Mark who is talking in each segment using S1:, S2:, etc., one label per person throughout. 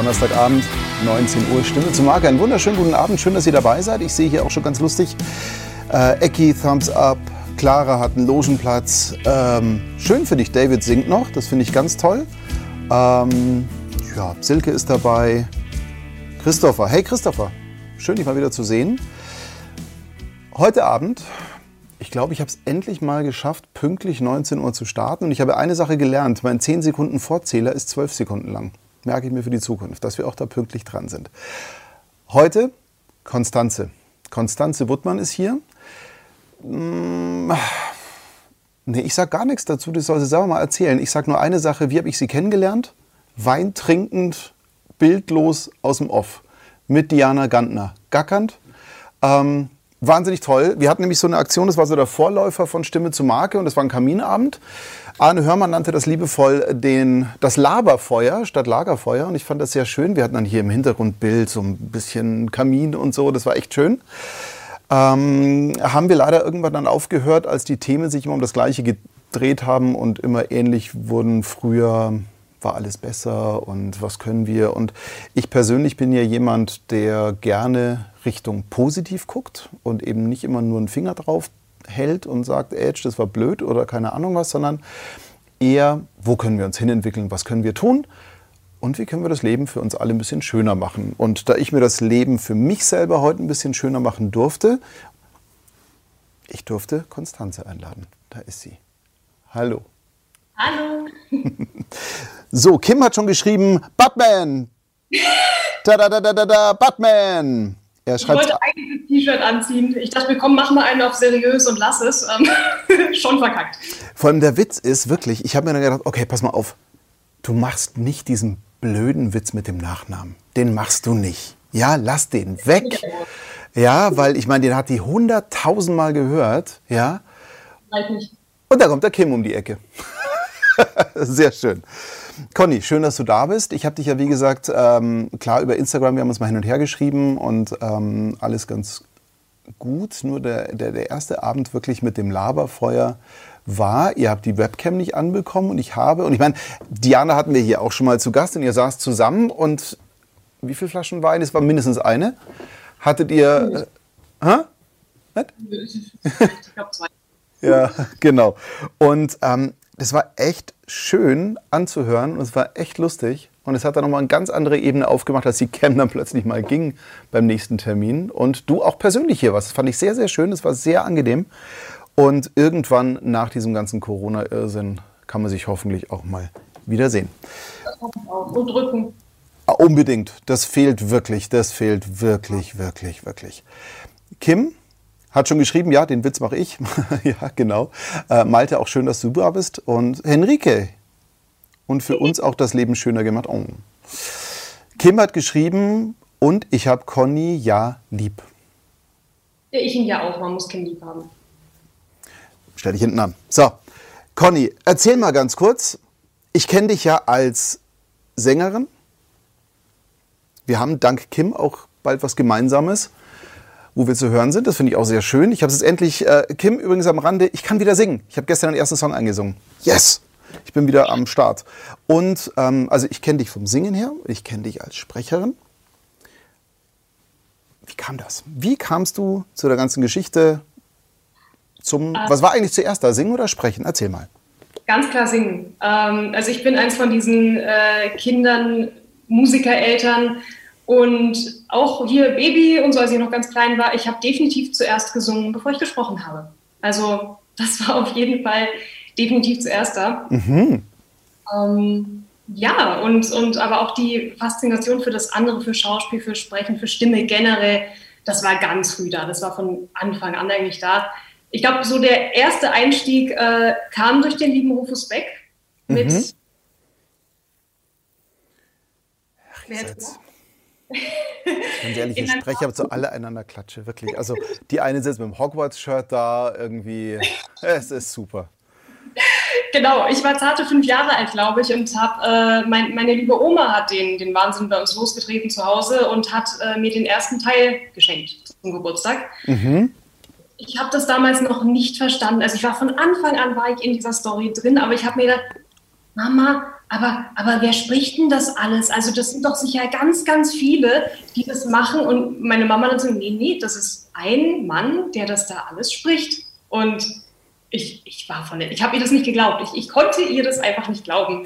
S1: Donnerstagabend, 19 Uhr, Stimme zu Marke. Einen wunderschönen guten Abend, schön, dass ihr dabei seid. Ich sehe hier auch schon ganz lustig, Ecki, Thumbs Up, Clara hat einen Logenplatz. Schön für dich, David singt noch, das finde ich ganz toll. Ja, Silke ist dabei. Christopher, hey Christopher, schön dich mal wieder zu sehen. Heute Abend, ich glaube, ich habe es endlich mal geschafft, pünktlich 19 Uhr zu starten. Und ich habe eine Sache gelernt, mein 10 Sekunden Vorzähler ist 12 Sekunden lang. Merke ich mir für die Zukunft, dass wir auch da pünktlich dran sind. Heute Konstanze. Konstanze Wuttmann ist hier. Nee, ich sage gar nichts dazu, das soll sie selber mal erzählen. Ich sage nur eine Sache, wie habe ich sie kennengelernt? Wein trinkend, bildlos aus dem Off. Mit Diana Gantner. Gackernd. Wahnsinnig toll. Wir hatten nämlich so eine Aktion, das war so der Vorläufer von Stimme zu Marke und das war ein Kaminabend. Arne Hörmann nannte das liebevoll das Laberfeuer statt Lagerfeuer und ich fand das sehr schön. Wir hatten dann hier im Hintergrundbild so ein bisschen Kamin und so, das war echt schön. Haben wir leider irgendwann dann aufgehört, als die Themen sich immer um das Gleiche gedreht haben und immer ähnlich wurden. Früher war alles besser und was können wir? Und ich persönlich bin ja jemand, der gerne Richtung positiv guckt und eben nicht immer nur einen Finger drauf hält und sagt, das war blöd oder keine Ahnung was, sondern eher, wo können wir uns hinentwickeln, was können wir tun und wie können wir das Leben für uns alle ein bisschen schöner machen. Und da ich mir das Leben für mich selber heute ein bisschen schöner machen durfte, ich durfte Konstanze einladen. Da ist sie. Hallo.
S2: Hallo.
S1: So, Kim hat schon geschrieben, Batman. Batman.
S2: Ich wollte eigentlich das T-Shirt anziehen. Ich dachte mir, komm, mach mal einen auf seriös und lass es. Schon verkackt.
S1: Vor allem der Witz ist wirklich, ich habe mir dann gedacht, okay, pass mal auf. Du machst nicht diesen blöden Witz mit dem Nachnamen. Den machst du nicht. Ja, lass den weg. Ja, weil ich meine, den hat die 100.000 Mal gehört. Ja.
S2: Weiß nicht.
S1: Und da kommt der Kim um die Ecke. Sehr schön. Conny, schön, dass du da bist. Ich habe dich ja, wie gesagt, klar über Instagram, wir haben uns mal hin und her geschrieben und alles ganz gut. Nur der erste Abend wirklich mit dem Laberfeuer war, ihr habt die Webcam nicht anbekommen und ich meine, Diana hatten wir hier auch schon mal zu Gast und ihr saßt zusammen und wie viele Flaschen Wein? Es war mindestens eine. Hattet ihr...
S2: Ich glaube 2.
S1: Ja, genau. Und das war echt schön anzuhören und es war echt lustig. Und es hat dann nochmal eine ganz andere Ebene aufgemacht, als die Cam dann plötzlich mal ging beim nächsten Termin. Und du auch persönlich hier warst. Das fand ich sehr, sehr schön. Das war sehr angenehm. Und irgendwann nach diesem ganzen Corona-Irrsinn kann man sich hoffentlich auch mal wiedersehen.
S2: Und drücken.
S1: Unbedingt. Das fehlt wirklich. Das fehlt wirklich, wirklich, wirklich. Kim hat schon geschrieben, ja, den Witz mache ich. Ja, genau. Malte, auch schön, dass du da bist. Und Henrike. Und für uns auch das Leben schöner gemacht. Oh. Kim hat geschrieben, und ich habe Conny ja lieb.
S2: Ja, ich ihn ja auch, man muss Kim lieb haben.
S1: Stell dich hinten an. So, Conny, erzähl mal ganz kurz. Ich kenne dich ja als Sängerin. Wir haben dank Kim auch bald was Gemeinsames, wo wir zu hören sind. Das finde ich auch sehr schön. Ich habe es jetzt endlich, Kim übrigens am Rande, ich kann wieder singen. Ich habe gestern den ersten Song eingesungen. Yes! Ich bin wieder am Start. Und also ich kenne dich vom Singen her, ich kenne dich als Sprecherin. Wie kam das? Wie kamst du zu der ganzen Geschichte was war eigentlich zuerst da, singen oder sprechen? Erzähl mal.
S2: Ganz klar singen. Also ich bin eins von diesen Kindern, Musikereltern, und auch hier Baby und so, als ich noch ganz klein war, ich habe definitiv zuerst gesungen, bevor ich gesprochen habe. Also das war auf jeden Fall definitiv zuerst da.
S1: Mhm.
S2: Ja, und aber auch die Faszination für das andere, für Schauspiel, für Sprechen, für Stimme generell, das war ganz früh da. Das war von Anfang an eigentlich da. Ich glaube, so der erste Einstieg kam durch den lieben Rufus Beck mit...
S1: Ach, ganz ehrlich, ich spreche aber zu alle einander Klatsche, wirklich. Also die eine sitzt mit dem Hogwarts-Shirt da, irgendwie, es ist super.
S2: Genau, ich war zarte 5 Jahre alt, glaube ich, und meine liebe Oma hat den Wahnsinn bei uns losgetreten zu Hause und hat mir den ersten Teil geschenkt zum Geburtstag.
S1: Mhm.
S2: Ich habe das damals noch nicht verstanden. Also ich war von Anfang an war ich in dieser Story drin, aber ich habe mir gedacht, Mama, aber wer spricht denn das alles? Also das sind doch sicher ganz, ganz viele, die das machen. Und meine Mama dann so, nee, das ist ein Mann, der das da alles spricht. Und ich habe ihr das nicht geglaubt. Ich konnte ihr das einfach nicht glauben.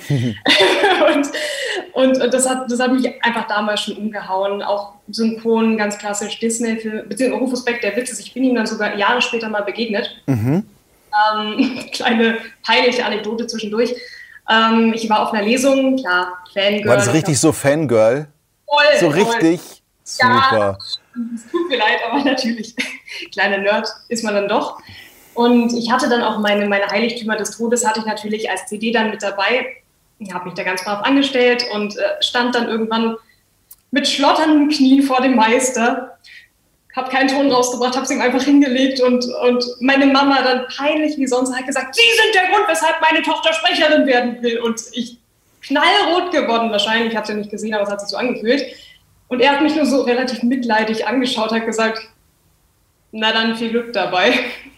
S2: und das hat mich einfach damals schon umgehauen. Auch synchron, ganz klassisch Disney-Film, beziehungsweise Rufus Beck, der Witz ist, ich bin ihm dann sogar Jahre später mal begegnet. Kleine peinliche Anekdote zwischendurch. Ich war auf einer Lesung, klar, Fangirl.
S1: War das richtig so Fangirl?
S2: Voll.
S1: So richtig? Super.
S2: Ja, es tut mir leid, aber natürlich, kleiner Nerd ist man dann doch. Und ich hatte dann auch meine Heiligtümer des Todes, hatte ich natürlich als CD dann mit dabei. Ich habe mich da ganz brav angestellt und stand dann irgendwann mit schlotternden Knien vor dem Meister. Habe keinen Ton rausgebracht, habe es ihm einfach hingelegt und meine Mama dann peinlich wie sonst hat gesagt, Sie sind der Grund, weshalb meine Tochter Sprecherin werden will. Und ich knallrot geworden wahrscheinlich, ich habe es ja nicht gesehen, aber es hat sich so angefühlt. Und er hat mich nur so relativ mitleidig angeschaut, hat gesagt, na dann viel Glück dabei.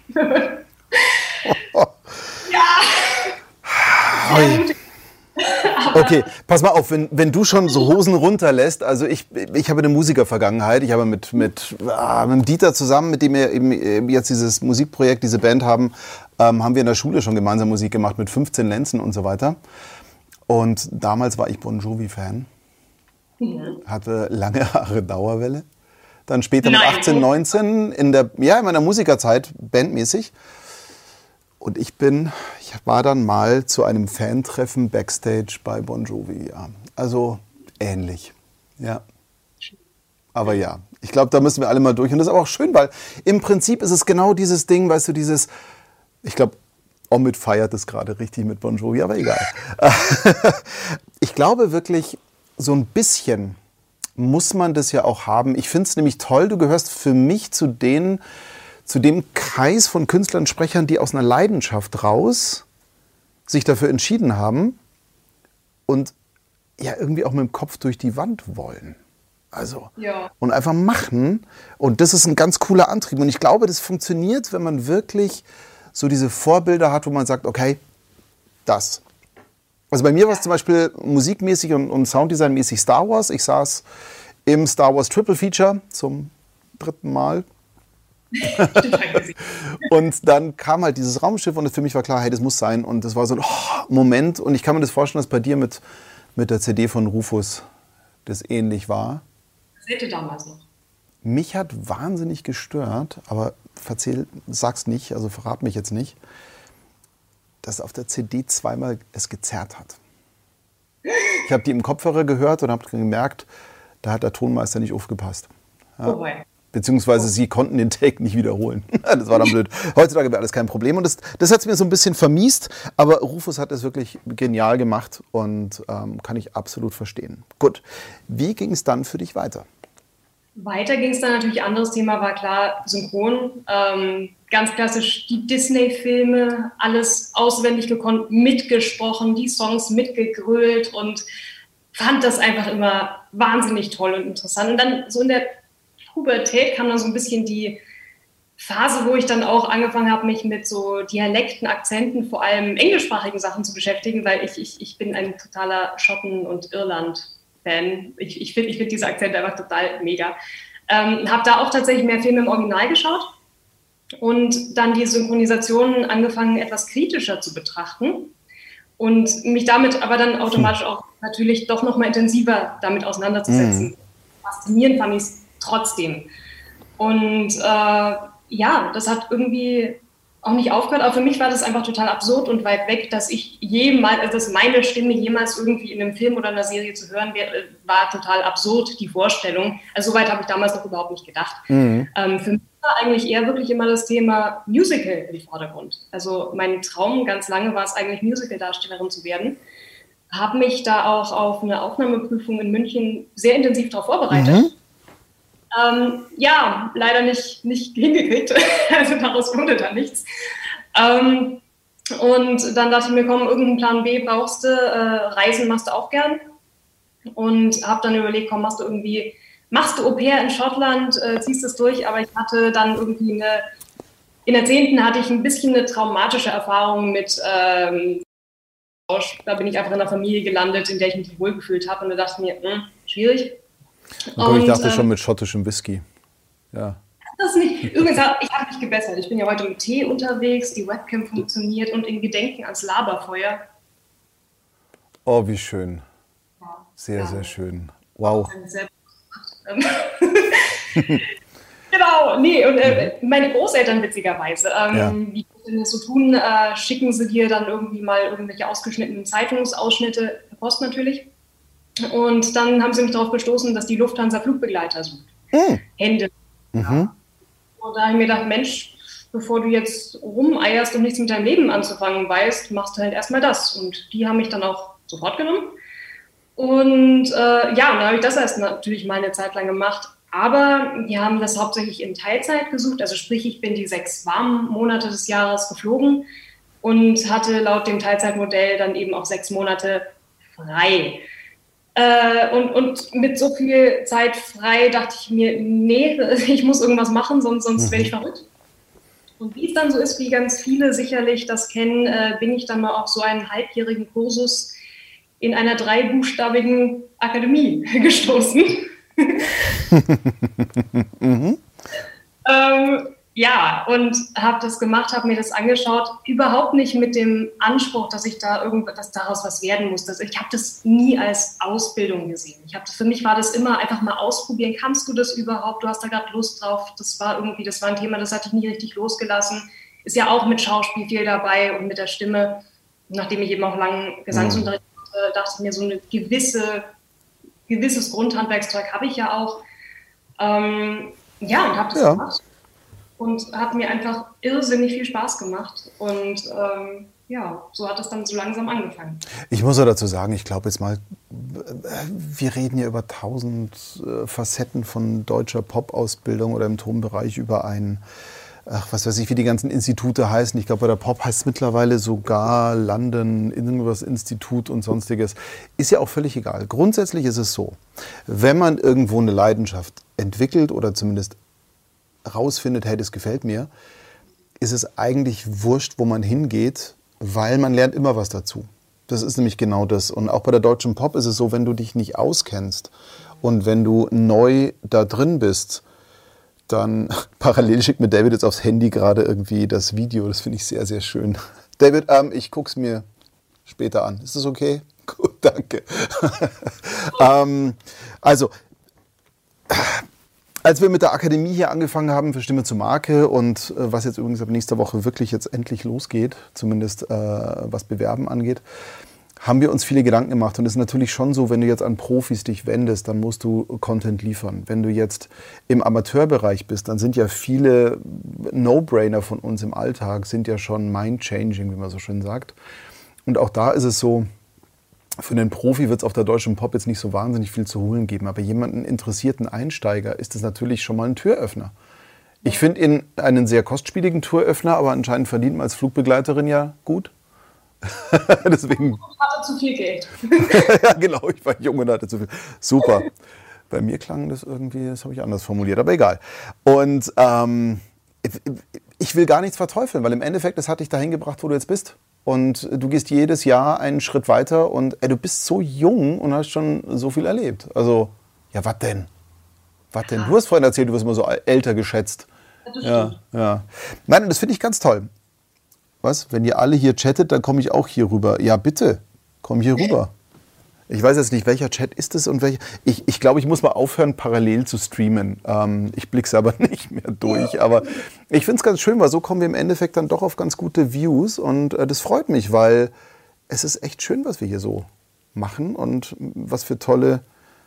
S2: Ja.
S1: Okay, pass mal auf, wenn du schon so Hosen runterlässt, also ich habe eine Musikervergangenheit, ich habe mit dem Dieter zusammen, mit dem wir eben jetzt dieses Musikprojekt, diese Band haben wir in der Schule schon gemeinsam Musik gemacht mit 15 Lenzen und so weiter. Und damals war ich Bon Jovi-Fan, hatte lange Haare, Dauerwelle. Dann später mit 18, 19 in meiner Musikerzeit, bandmäßig. Und ich war dann mal zu einem Fan-Treffen Backstage bei Bon Jovi. Ja. Also ähnlich. Ja. Aber ja, ich glaube, da müssen wir alle mal durch. Und das ist aber auch schön, weil im Prinzip ist es genau dieses Ding, weißt du, ich glaube, Omid feiert es gerade richtig mit Bon Jovi, aber egal. Ich glaube wirklich, so ein bisschen muss man das ja auch haben. Ich finde es nämlich toll, du gehörst für mich zu dem Kreis von Künstlern und Sprechern, die aus einer Leidenschaft raus sich dafür entschieden haben und ja irgendwie auch mit dem Kopf durch die Wand wollen. Also, ja. Und einfach machen. Und das ist ein ganz cooler Antrieb. Und ich glaube, das funktioniert, wenn man wirklich so diese Vorbilder hat, wo man sagt, okay, das. Also bei mir war es zum Beispiel musikmäßig und Sounddesignmäßig Star Wars. Ich saß im Star Wars Triple Feature zum 3. Mal. Und dann kam halt dieses Raumschiff und für mich war klar, hey, das muss sein. Und das war so ein Moment. Und ich kann mir das vorstellen, dass bei dir mit der CD von Rufus das ähnlich war.
S2: Das hätte damals noch.
S1: Mich hat wahnsinnig gestört, aber sag's nicht, also verrat mich jetzt nicht, dass auf der CD zweimal es gezerrt hat. Ich habe die im Kopfhörer gehört und habe gemerkt, da hat der Tonmeister nicht aufgepasst. Ja. Oh boy. Beziehungsweise sie konnten den Take nicht wiederholen. Das war dann blöd. Heutzutage wäre alles kein Problem. Und das hat es mir so ein bisschen vermiest. Aber Rufus hat es wirklich genial gemacht und kann ich absolut verstehen. Gut, wie ging es dann für dich weiter?
S2: Weiter ging es dann natürlich, anderes Thema war klar, Synchron. Ganz klassisch die Disney-Filme, alles auswendig gekonnt, mitgesprochen, die Songs mitgegrölt und fand das einfach immer wahnsinnig toll und interessant. Und dann so in der Pubertät kam dann so ein bisschen die Phase, wo ich dann auch angefangen habe, mich mit so Dialekten, Akzenten, vor allem englischsprachigen Sachen zu beschäftigen, weil ich bin ein totaler Schotten- und Irland-Fan. Ich find diese Akzente einfach total mega. Habe da auch tatsächlich mehr Filme im Original geschaut und dann die Synchronisationen angefangen, etwas kritischer zu betrachten und mich damit aber dann automatisch auch natürlich doch noch mal intensiver damit auseinanderzusetzen. Faszinierend fand ich es trotzdem. Und das hat irgendwie auch nicht aufgehört, aber für mich war das einfach total absurd und weit weg, dass dass meine Stimme jemals irgendwie in einem Film oder einer Serie zu hören wäre, war total absurd, die Vorstellung. Also soweit habe ich damals noch überhaupt nicht gedacht. Für mich war eigentlich eher wirklich immer das Thema Musical im Vordergrund. Also mein Traum ganz lange war es eigentlich, Musical-Darstellerin zu werden. Habe mich da auch auf eine Aufnahmeprüfung in München sehr intensiv darauf vorbereitet. Leider nicht hingekriegt. Also daraus wurde dann nichts. Und dann dachte ich mir, komm, irgendeinen Plan B brauchst du. Reisen machst du auch gern. Und habe dann überlegt, komm, machst du Au pair in Schottland, ziehst es durch. Aber ich hatte dann irgendwie in der 10. hatte ich ein bisschen eine traumatische Erfahrung mit Da bin ich einfach in einer Familie gelandet, in der ich mich wohlgefühlt habe. Und da dachte ich mir, schwierig.
S1: Und ich dachte schon mit schottischem Whisky. Ja.
S2: Das nicht. Übrigens, ich habe mich gebessert. Ich bin ja heute mit Tee unterwegs, die Webcam funktioniert und in Gedenken ans Laberfeuer.
S1: Oh, wie schön. Sehr, sehr schön. Wow.
S2: Genau, nee, und meine Großeltern witzigerweise, wie sie das so tun, schicken sie dir dann irgendwie mal irgendwelche ausgeschnittenen Zeitungsausschnitte per Post natürlich. Und dann haben sie mich darauf gestoßen, dass die Lufthansa Flugbegleiter sucht. Hände. Und da habe ich mir gedacht, Mensch, bevor du jetzt rumeierst und nichts mit deinem Leben anzufangen weißt, machst du halt erstmal das. Und die haben mich dann auch sofort genommen. Und dann habe ich das erst natürlich mal eine Zeit lang gemacht. Aber wir haben das hauptsächlich in Teilzeit gesucht. Also sprich, ich bin die 6 warmen Monate des Jahres geflogen und hatte laut dem Teilzeitmodell dann eben auch 6 Monate frei. Und mit so viel Zeit frei dachte ich mir, nee, ich muss irgendwas machen, sonst werde ich verrückt. Und wie es dann so ist, wie ganz viele sicherlich das kennen, bin ich dann mal auf so einen halbjährigen Kursus in einer 3-buchstabigen Akademie gestoßen. Und habe das gemacht, habe mir das angeschaut, überhaupt nicht mit dem Anspruch, dass ich da dass daraus was werden muss. Ich habe das nie als Ausbildung gesehen. Für mich war das immer einfach mal ausprobieren. Kannst du das überhaupt? Du hast da gerade Lust drauf. Das war ein Thema, das hatte ich nie richtig losgelassen. Ist ja auch mit Schauspiel viel dabei und mit der Stimme. Nachdem ich eben auch lange Gesangsunterricht hatte, dachte ich mir, so ein gewisses Grundhandwerkszeug habe ich ja auch. Und habe das gemacht. Und hat mir einfach irrsinnig viel Spaß gemacht. Und so hat es dann so langsam angefangen.
S1: Ich muss ja dazu sagen, ich glaube jetzt mal, wir reden ja über 1000 Facetten von deutscher Pop-Ausbildung oder im Tonbereich über einen, was weiß ich, wie die ganzen Institute heißen. Ich glaube, bei der Pop heißt es mittlerweile sogar London, irgendwas Institut und sonstiges. Ist ja auch völlig egal. Grundsätzlich ist es so, wenn man irgendwo eine Leidenschaft entwickelt oder zumindest rausfindet, hey, das gefällt mir, ist es eigentlich wurscht, wo man hingeht, weil man lernt immer was dazu. Das ist nämlich genau das. Und auch bei der deutschen Pop ist es so, wenn du dich nicht auskennst und wenn du neu da drin bist, dann parallel schickt mir David jetzt aufs Handy gerade irgendwie das Video. Das finde ich sehr, sehr schön. David, ich gucke es mir später an. Ist das okay? Gut, danke. Als wir mit der Akademie hier angefangen haben für Stimme zur Marke und was jetzt übrigens ab nächster Woche wirklich jetzt endlich losgeht, zumindest was Bewerben angeht, haben wir uns viele Gedanken gemacht. Und es ist natürlich schon so, wenn du jetzt an Profis dich wendest, dann musst du Content liefern. Wenn du jetzt im Amateurbereich bist, dann sind ja viele No-Brainer von uns im Alltag, sind ja schon mind-changing, wie man so schön sagt. Und auch da ist es so, für einen Profi wird es auf der deutschen Pop jetzt nicht so wahnsinnig viel zu holen geben. Aber jemanden interessierten Einsteiger ist das natürlich schon mal ein Türöffner. Ich finde ihn einen sehr kostspieligen Türöffner, aber anscheinend verdient man als Flugbegleiterin ja gut. Deswegen.
S2: Ich hatte zu viel Geld.
S1: Ja, genau, ich war jung und hatte zu viel. Super. Bei mir klang das irgendwie, das habe ich anders formuliert, aber egal. Und ich will gar nichts verteufeln, weil im Endeffekt, das hat dich dahin gebracht, wo du jetzt bist. Und du gehst jedes Jahr einen Schritt weiter und du bist so jung und hast schon so viel erlebt. Also, ja, was denn? Was denn? Du hast vorhin erzählt, du wirst immer so älter geschätzt. Ja. Nein, das finde ich ganz toll. Was? Wenn ihr alle hier chattet, dann komme ich auch hier rüber. Ja, bitte, komm hier rüber. Ich weiß jetzt nicht, welcher Chat ist es und welcher. Ich glaube, ich muss mal aufhören, parallel zu streamen. Ich blicke es aber nicht mehr durch. Aber ich finde es ganz schön, weil so kommen wir im Endeffekt dann doch auf ganz gute Views. Und das freut mich, weil es ist echt schön, was wir hier so machen. Und was für tolle...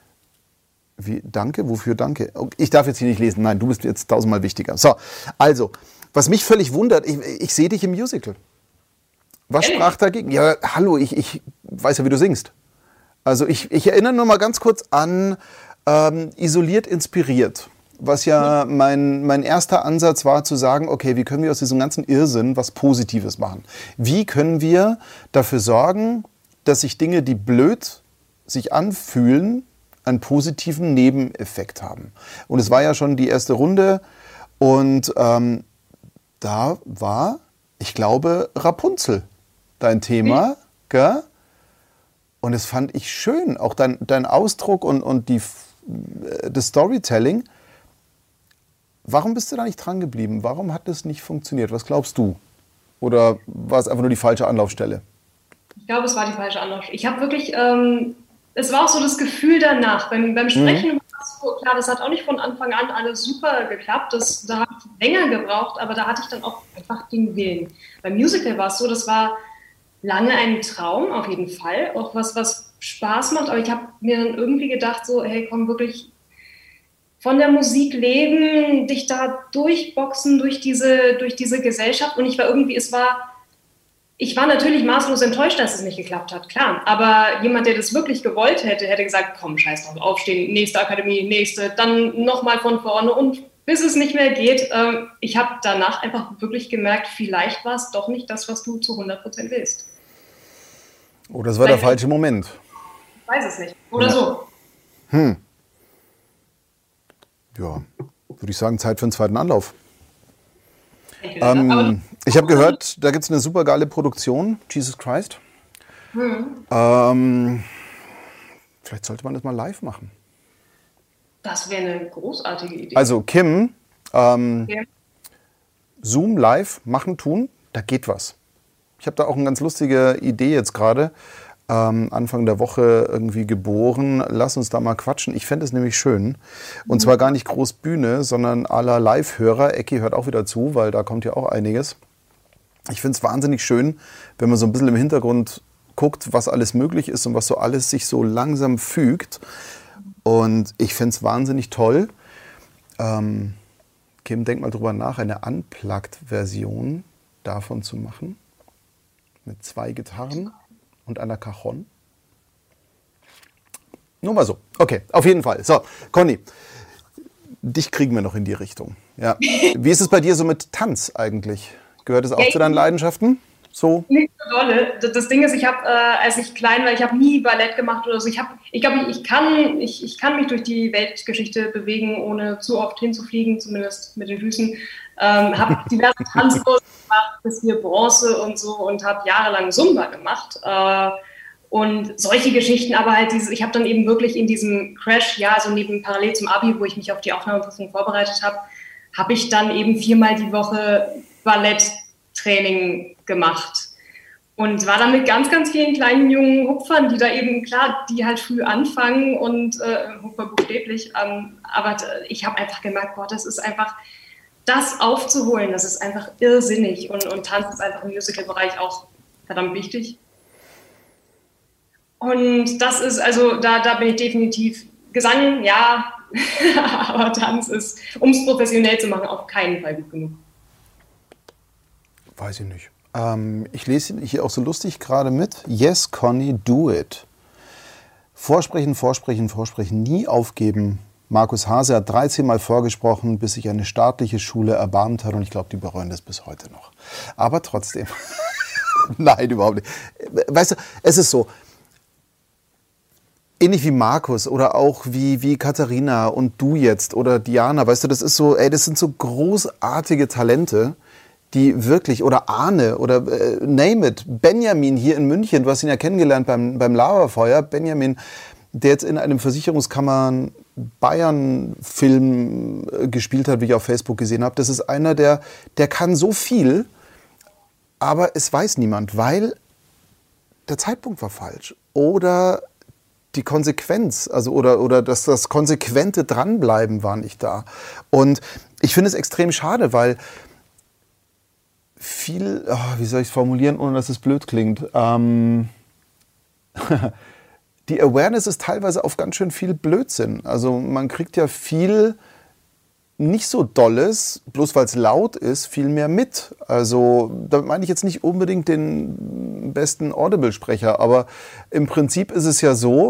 S1: Danke? Wofür danke? Ich darf jetzt hier nicht lesen. Nein, du bist jetzt 1000-mal wichtiger. So, also, was mich völlig wundert, ich sehe dich im Musical. Was sprach dagegen? Ja, hallo, ich weiß ja, wie du singst. Also ich erinnere nur mal ganz kurz an Isoliert inspiriert, was ja mein erster Ansatz war zu sagen, okay, wie können wir aus diesem ganzen Irrsinn was Positives machen? Wie können wir dafür sorgen, dass sich Dinge, die blöd sich anfühlen, einen positiven Nebeneffekt haben? Und es war ja schon die erste Runde und da war, ich glaube, Rapunzel dein Thema. Gell? Und das fand ich schön, auch dein Ausdruck und das Storytelling. Warum bist du da nicht dran geblieben? Warum hat das nicht funktioniert? Was glaubst du? Oder war es einfach nur die falsche Anlaufstelle?
S2: Ich glaube, es war die falsche Anlaufstelle. Ich habe wirklich, es war auch so das Gefühl danach. Beim Sprechen war es so, klar, das hat auch nicht von Anfang an alles super geklappt. Da habe ich länger gebraucht, aber da hatte ich dann auch einfach den Willen. Beim Musical war es so, das war lange ein Traum, auf jeden Fall. Auch was Spaß macht. Aber ich habe mir dann irgendwie gedacht, so, hey, komm, wirklich von der Musik leben, dich da durchboxen durch diese Gesellschaft. Und ich war natürlich maßlos enttäuscht, dass es nicht geklappt hat, klar. Aber jemand, der das wirklich gewollt hätte gesagt, komm, scheiß drauf, aufstehen, nächste Akademie, nächste, dann nochmal von vorne und bis es nicht mehr geht. Ich habe danach einfach wirklich gemerkt, vielleicht war es doch nicht das, was du zu 100% willst.
S1: Oh, das war der falsche Moment.
S2: Ich weiß es nicht. Oder so.
S1: Ja, würde ich sagen, Zeit für einen zweiten Anlauf. Ich habe gehört, da gibt es eine super geile Produktion, Jesus Christ. Vielleicht sollte man das mal live machen.
S2: Das wäre eine großartige Idee.
S1: Also Kim, Zoom live machen, tun, da geht was. Ich habe da auch eine ganz lustige Idee jetzt gerade. Anfang der Woche irgendwie geboren. Lass uns da mal quatschen. Ich fände es nämlich schön. Und zwar gar nicht groß Bühne, sondern à la Live-Hörer. Ecki hört auch wieder zu, weil da kommt ja auch einiges. Ich finde es wahnsinnig schön, wenn man so ein bisschen im Hintergrund guckt, was alles möglich ist und was so alles sich so langsam fügt. Und ich finde es wahnsinnig toll. Kim, denk mal drüber nach, eine Unplugged-Version davon zu machen. Mit 2 Gitarren. Und einer Cajon. Nur mal so. Okay, auf jeden Fall. So, Conny, dich kriegen wir noch in die Richtung. Ja. Wie ist es bei dir so mit Tanz eigentlich? Gehört es auch zu deinen Leidenschaften? So?
S2: Nicht so dolle. Das Ding ist, ich habe, als ich klein war, ich habe nie Ballett gemacht oder so. Ich glaube, ich kann mich durch die Weltgeschichte bewegen, ohne zu oft hinzufliegen, zumindest mit den Füßen. Habe diverse Tanzkurse gemacht, bis hier Bronze und so und habe jahrelang Zumba gemacht. Und solche Geschichten, aber halt ich habe dann eben wirklich in diesem Crash, ja, so parallel zum Abi, wo ich mich auf die Aufnahmeprüfung vorbereitet habe, habe ich dann eben 4-mal die Woche Balletttraining gemacht. Und war dann mit ganz, ganz vielen kleinen jungen Hupfern, die da eben, klar, die halt früh anfangen und Hupfer buchstäblich. Aber ich habe einfach gemerkt, boah, das ist einfach, das aufzuholen, das ist einfach irrsinnig. Und Tanz ist einfach im Musical-Bereich auch verdammt wichtig. Und das ist, also da bin ich definitiv, Gesang, ja, aber Tanz ist, um es professionell zu machen, auf keinen Fall gut genug.
S1: Weiß ich nicht. Ich lese hier auch so lustig gerade mit. Yes, Conny, do it. Vorsprechen, vorsprechen, vorsprechen, nie aufgeben. Markus Hase hat 13 Mal vorgesprochen, bis sich eine staatliche Schule erbarmt hat. Und ich glaube, die bereuen das bis heute noch. Aber trotzdem. Nein, überhaupt nicht. Weißt du, es ist so, ähnlich wie Markus oder auch wie Katharina und du jetzt oder Diana, weißt du, das ist so, das sind so großartige Talente, die wirklich, oder Arne oder name it, Benjamin hier in München, du hast ihn ja kennengelernt beim Lagerfeuer, Benjamin, der jetzt in einem Versicherungskammern Bayern-Film gespielt hat, wie ich auf Facebook gesehen habe. Das ist einer, der kann so viel, aber es weiß niemand, weil der Zeitpunkt war falsch. Oder die Konsequenz, also oder das konsequente Dranbleiben war nicht da. Und ich finde es extrem schade, weil viel, wie soll ich es formulieren, ohne dass es blöd klingt, die Awareness ist teilweise auf ganz schön viel Blödsinn. Also man kriegt ja viel nicht so Dolles, bloß weil es laut ist, viel mehr mit. Also damit meine ich jetzt nicht unbedingt den besten Audible-Sprecher, aber im Prinzip ist es ja so,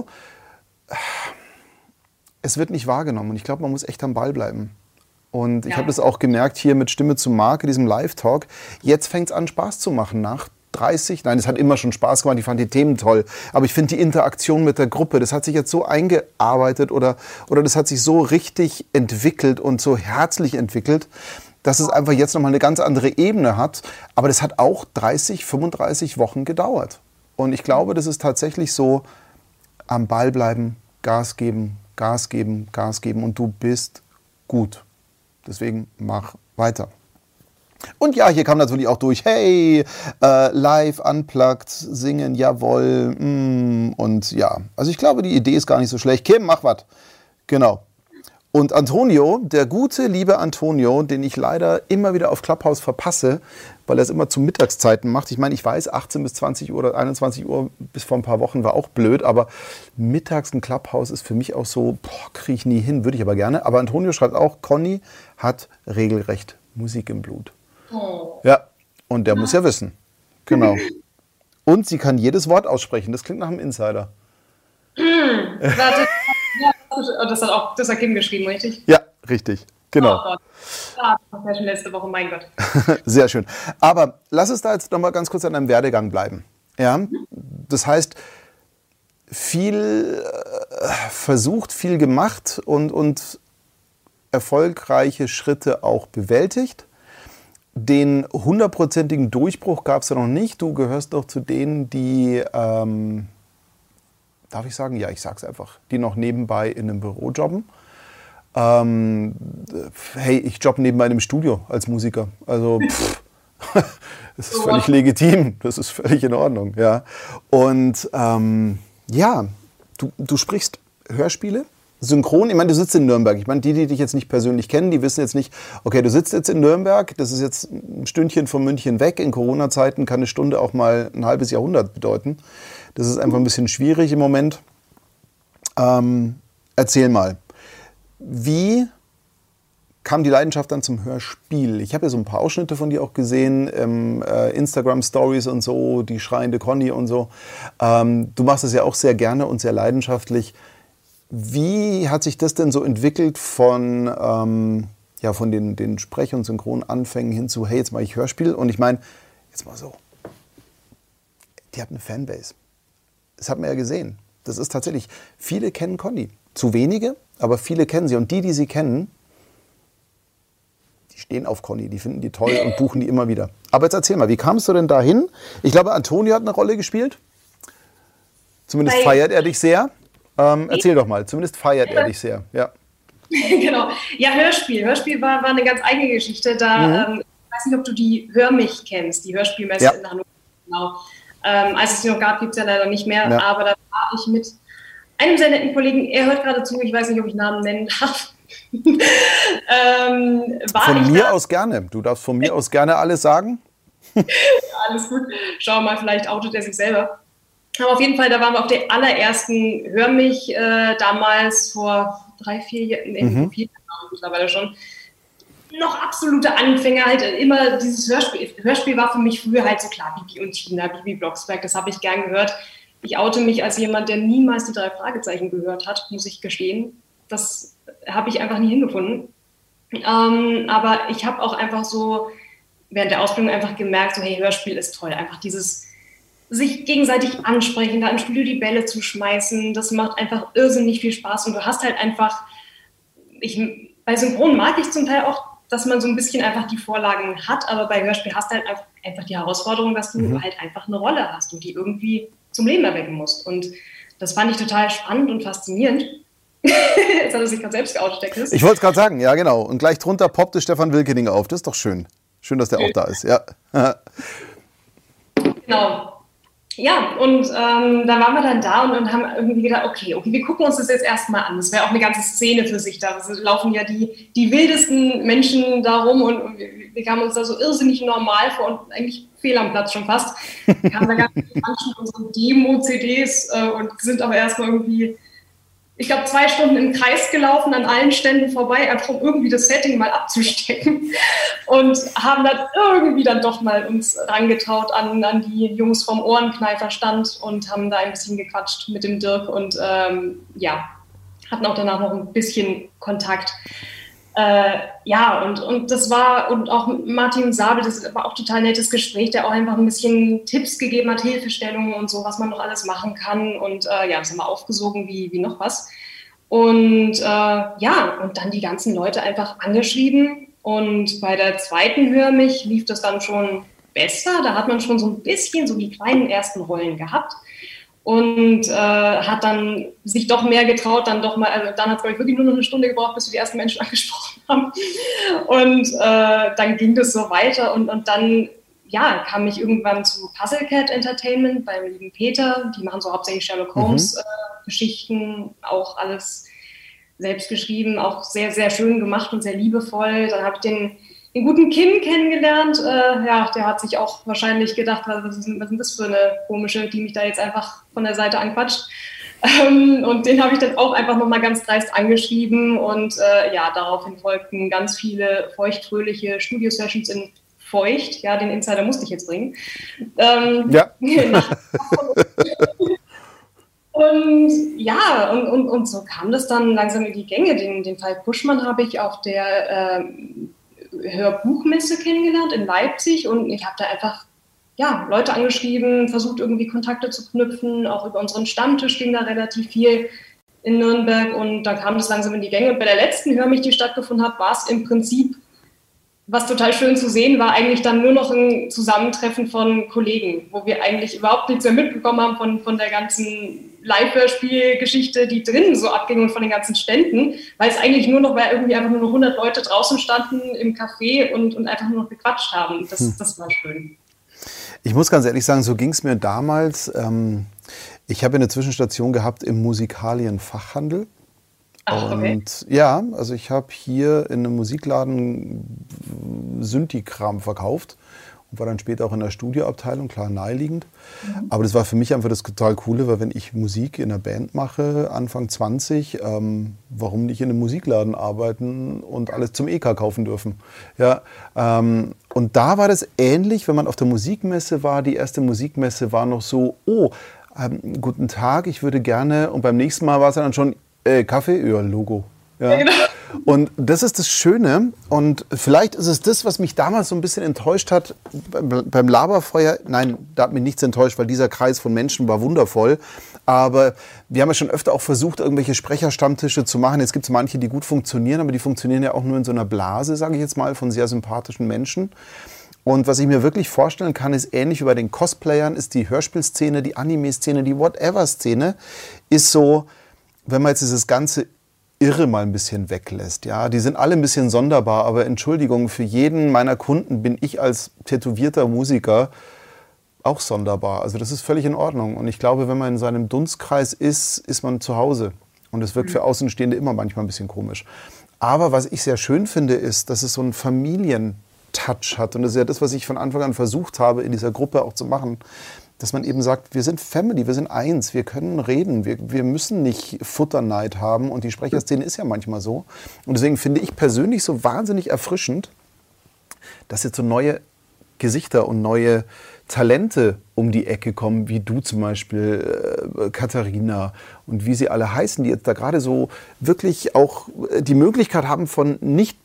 S1: es wird nicht wahrgenommen und ich glaube, man muss echt am Ball bleiben. Und ich habe das auch gemerkt hier mit Stimme zu Marke, diesem Live-Talk. Jetzt fängt es an, Spaß zu machen nach 30. Nein, es hat immer schon Spaß gemacht, ich fand die Themen toll. Aber ich finde die Interaktion mit der Gruppe, das hat sich jetzt so eingearbeitet oder das hat sich so richtig entwickelt und so herzlich entwickelt, dass es einfach jetzt nochmal eine ganz andere Ebene hat. Aber das hat auch 30, 35 Wochen gedauert. Und ich glaube, das ist tatsächlich so, am Ball bleiben, Gas geben, Gas geben, Gas geben und du bist gut. Deswegen mach weiter. Und ja, hier kam natürlich auch durch, hey, live, unplugged, singen, jawohl. Und ja, also ich glaube, die Idee ist gar nicht so schlecht. Kim, mach was. Genau. Und Antonio, der gute, liebe Antonio, den ich leider immer wieder auf Clubhouse verpasse, weil er es immer zu Mittagszeiten macht. Ich meine, ich weiß, 18 bis 20 Uhr oder 21 Uhr bis vor ein paar Wochen war auch blöd, aber mittags ein Clubhouse ist für mich auch so, kriege ich nie hin, würde ich aber gerne. Aber Antonio schreibt auch, Conny hat regelrecht Musik im Blut.
S2: Oh.
S1: Ja, und der muss ja wissen. Genau. Und sie kann jedes Wort aussprechen. Das klingt nach einem Insider.
S2: Warte. Ja, das hat Kim geschrieben, richtig?
S1: Ja, richtig. Genau.
S2: Oh Gott. Das war schon letzte Woche, mein Gott.
S1: Sehr schön. Aber lass uns da jetzt noch mal ganz kurz an deinem Werdegang bleiben. Ja? Das heißt, viel versucht, viel gemacht und erfolgreiche Schritte auch bewältigt. Den 100%igen Durchbruch gab es ja noch nicht. Du gehörst doch zu denen, die, darf ich sagen? Ja, ich sag's einfach. Die noch nebenbei in einem Büro jobben. Hey, ich jobbe nebenbei in einem Studio als Musiker. Also, das ist völlig legitim. Das ist völlig in Ordnung. Ja. Und ja, du sprichst Hörspiele. Synchron, ich meine, du sitzt in Nürnberg. Ich meine, die dich jetzt nicht persönlich kennen, die wissen jetzt nicht, okay, du sitzt jetzt in Nürnberg, das ist jetzt ein Stündchen von München weg. In Corona-Zeiten kann eine Stunde auch mal ein halbes Jahrhundert bedeuten. Das ist einfach ein bisschen schwierig im Moment. Erzähl mal, wie kam die Leidenschaft dann zum Hörspiel? Ich habe ja so ein paar Ausschnitte von dir auch gesehen, Instagram-Stories und so, die schreiende Conny und so. Du machst es ja auch sehr gerne und sehr leidenschaftlich. Wie hat sich das denn so entwickelt von den Sprech- und Synchronanfängen hin zu, hey, jetzt mache ich Hörspiel? Und ich meine, jetzt mal so, die hat eine Fanbase. Das hat man ja gesehen. Das ist tatsächlich, viele kennen Conny. Zu wenige, aber viele kennen sie. Und die sie kennen, die stehen auf Conny, die finden die toll und buchen die immer wieder. Aber jetzt erzähl mal, wie kamst du denn dahin? Ich glaube, Antonio hat eine Rolle gespielt. Zumindest feiert er dich sehr. Erzähl doch mal, zumindest feiert er dich sehr. Ja.
S2: Genau. Ja, Hörspiel. Hörspiel war eine ganz eigene Geschichte. Da, ich weiß nicht, ob du die Hör mich kennst, die Hörspielmesse in Hannover. Genau. Als es sie noch gab, gibt es ja leider nicht mehr. Ja. Aber da war ich mit einem sehr netten Kollegen, er hört gerade zu, ich weiß nicht, ob ich Namen nennen darf.
S1: Von mir aus gerne. Du darfst von mir aus gerne alles sagen.
S2: Ja, alles gut. Schauen wir mal, vielleicht outet er sich selber. Aber auf jeden Fall, da waren wir auf der allerersten Hör mich damals vor 3-4 Jahren, mittlerweile schon, noch absolute Anfänger, halt immer dieses Hörspiel. Hörspiel war für mich früher halt so klar, Bibi und Tina, Bibi Blocksberg, das habe ich gern gehört. Ich oute mich als jemand, der niemals die 3 Fragezeichen gehört hat, muss ich gestehen. Das habe ich einfach nie hingefunden. Aber ich habe auch einfach so während der Ausbildung einfach gemerkt, so, hey, Hörspiel ist toll. Einfach dieses sich gegenseitig ansprechen, da im Studio die Bälle zu schmeißen, das macht einfach irrsinnig viel Spaß. Und du hast halt einfach, bei Synchron mag ich zum Teil auch, dass man so ein bisschen einfach die Vorlagen hat, aber bei Hörspiel hast du halt einfach die Herausforderung, dass du halt einfach eine Rolle hast und die irgendwie zum Leben erwecken musst. Und das fand ich total spannend und faszinierend. Jetzt hat er sich gerade selbst geoutet, der Chris.
S1: Ich wollte es gerade sagen, ja genau. Und gleich drunter poppte Stefan Wilkening auf. Das ist doch schön. Schön, dass der auch da ist, ja.
S2: Genau. Ja, und da waren wir dann da und haben irgendwie gedacht, okay, wir gucken uns das jetzt erstmal an. Das wäre auch eine ganze Szene für sich. Da laufen ja die wildesten Menschen da rum und wir kamen uns da so irrsinnig normal vor und eigentlich fehl am Platz schon fast. Wir haben da ganz viele Menschen mit unseren Demo-CDs und sind aber erstmal irgendwie, ich glaube, 2 Stunden im Kreis gelaufen, an allen Ständen vorbei, einfach um irgendwie das Setting mal abzustecken und haben dann irgendwie dann doch mal uns rangetraut an die Jungs vom Ohrenkneiferstand und haben da ein bisschen gequatscht mit dem Dirk und hatten auch danach noch ein bisschen Kontakt. Und das war, und auch Martin Sabel, das war auch total nettes Gespräch, der auch einfach ein bisschen Tipps gegeben hat, Hilfestellungen und so, was man noch alles machen kann und das haben wir aufgesogen wie noch was. Und und dann die ganzen Leute einfach angeschrieben und bei der zweiten Hör mich lief das dann schon besser. Da hat man schon so ein bisschen so die kleinen ersten Rollen gehabt. Und hat dann sich doch mehr getraut, dann hat es, glaube ich, wirklich nur noch eine Stunde gebraucht, bis wir die ersten Menschen angesprochen haben. Und dann ging das so weiter und dann kam ich irgendwann zu Puzzle Cat Entertainment beim lieben Peter. Die machen so hauptsächlich Sherlock Holmes Geschichten, auch alles selbst geschrieben, auch sehr, sehr schön gemacht und sehr liebevoll. Dann habe ich den guten Kim kennengelernt. Der hat sich auch wahrscheinlich gedacht, was ist denn das für eine komische, die mich da jetzt einfach von der Seite anquatscht. Und den habe ich dann auch einfach nochmal ganz dreist angeschrieben. Und daraufhin folgten ganz viele feuchtfröhliche Studio-Sessions in Feucht. Ja, den Insider musste ich jetzt bringen. Und so kam das dann langsam in die Gänge. Den Fall Puschmann habe ich auf der Hörbuchmesse kennengelernt in Leipzig und ich habe da einfach Leute angeschrieben, versucht irgendwie Kontakte zu knüpfen, auch über unseren Stammtisch ging da relativ viel in Nürnberg und da kam das langsam in die Gänge und bei der letzten Hörmich, die stattgefunden hat, war es im Prinzip, was total schön zu sehen war, eigentlich dann nur noch ein Zusammentreffen von Kollegen, wo wir eigentlich überhaupt nichts mehr mitbekommen haben von der ganzen Live-Hörspielgeschichte, die drinnen so abging und von den ganzen Ständen, weil es eigentlich weil irgendwie einfach nur noch 100 Leute draußen standen im Café und einfach nur noch gequatscht haben. Das war schön.
S1: Ich muss ganz ehrlich sagen, so ging es mir damals. Ich habe eine Zwischenstation gehabt im Musikalienfachhandel.
S2: Ach, okay.
S1: Und ja, also ich habe hier in einem Musikladen Synthi-Kram verkauft und war dann später auch in der Studioabteilung, klar naheliegend. Aber das war für mich einfach das total Coole, weil wenn ich Musik in einer Band mache, Anfang 20, warum nicht in einem Musikladen arbeiten und alles zum EK kaufen dürfen? Ja, und da war das ähnlich, wenn man auf der Musikmesse war. Die erste Musikmesse war noch so, guten Tag, ich würde gerne, und beim nächsten Mal war es dann schon, Kaffeeöl-Logo. Ja. Ja, genau. Und das ist das Schöne und vielleicht ist es das, was mich damals so ein bisschen enttäuscht hat beim Laberfeuer. Nein, da hat mich nichts enttäuscht, weil dieser Kreis von Menschen war wundervoll. Aber wir haben ja schon öfter auch versucht, irgendwelche Sprecherstammtische zu machen. Jetzt gibt es manche, die gut funktionieren, aber die funktionieren ja auch nur in so einer Blase, sage ich jetzt mal, von sehr sympathischen Menschen. Und was ich mir wirklich vorstellen kann, ist ähnlich wie bei den Cosplayern, ist die Hörspielszene, die Anime-Szene, die Whatever-Szene, ist so, wenn man jetzt dieses ganze Irre mal ein bisschen weglässt. Ja, die sind alle ein bisschen sonderbar, aber Entschuldigung, für jeden meiner Kunden bin ich als tätowierter Musiker auch sonderbar. Also das ist völlig in Ordnung. Und ich glaube, wenn man in seinem Dunstkreis ist, ist man zu Hause. Und es wirkt für Außenstehende immer manchmal ein bisschen komisch. Aber was ich sehr schön finde, ist, dass es so einen Familientouch hat. Und das ist ja das, was ich von Anfang an versucht habe, in dieser Gruppe auch zu machen. Dass man eben sagt, wir sind Family, wir sind eins, wir können reden, wir müssen nicht Futterneid haben und die Sprecherszene ist ja manchmal so. Und deswegen finde ich persönlich so wahnsinnig erfrischend, dass jetzt so neue Gesichter und neue Talente um die Ecke kommen, wie du zum Beispiel, Katharina und wie sie alle heißen, die jetzt da gerade so wirklich auch die Möglichkeit haben, von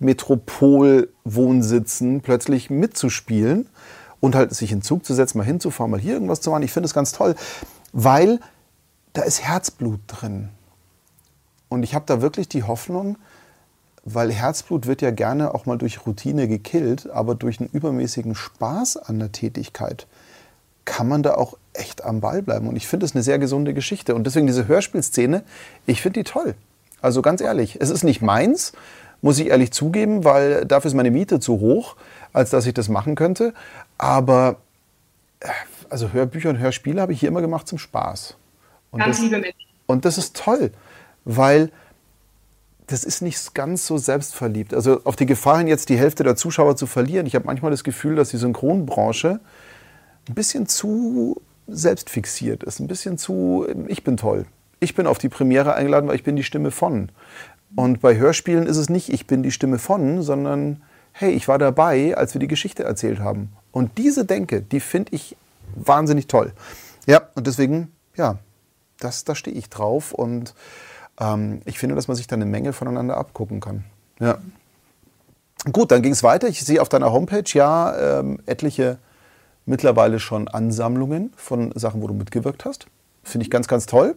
S1: Nicht-Metropol-Wohnsitzen plötzlich mitzuspielen. Und halt sich in den Zug zu setzen, mal hinzufahren, mal hier irgendwas zu machen. Ich finde es ganz toll, weil da ist Herzblut drin. Und ich habe da wirklich die Hoffnung, weil Herzblut wird ja gerne auch mal durch Routine gekillt, aber durch einen übermäßigen Spaß an der Tätigkeit kann man da auch echt am Ball bleiben. Und ich finde es eine sehr gesunde Geschichte. Und deswegen diese Hörspielszene, ich finde die toll. Also ganz ehrlich, es ist nicht meins, muss ich ehrlich zugeben, weil dafür ist meine Miete zu hoch, als dass ich das machen könnte. Aber also Hörbücher und Hörspiele habe ich hier immer gemacht zum Spaß. Und
S2: ganz liebe Menschen.
S1: Und das ist toll, weil das ist nicht ganz so selbstverliebt. Also auf die Gefahr hin, jetzt die Hälfte der Zuschauer zu verlieren. Ich habe manchmal das Gefühl, dass die Synchronbranche ein bisschen zu selbstfixiert ist. Ein bisschen zu, ich bin toll. Ich bin auf die Premiere eingeladen, weil ich bin die Stimme von. Und bei Hörspielen ist es nicht, ich bin die Stimme von, sondern hey, ich war dabei, als wir die Geschichte erzählt haben. Und diese Denke, die finde ich wahnsinnig toll. Ja, und deswegen, ja, da stehe ich drauf. Und ich finde, dass man sich da eine Menge voneinander abgucken kann. Ja. Gut, dann ging es weiter. Ich sehe auf deiner Homepage ja etliche mittlerweile schon Ansammlungen von Sachen, wo du mitgewirkt hast. Finde ich ganz, ganz toll.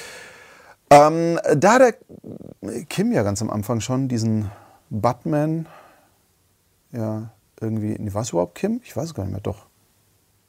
S1: Da der Kim ja ganz am Anfang schon diesen Batman, ja, irgendwie, war es überhaupt Kim? Ich weiß es gar nicht mehr, doch.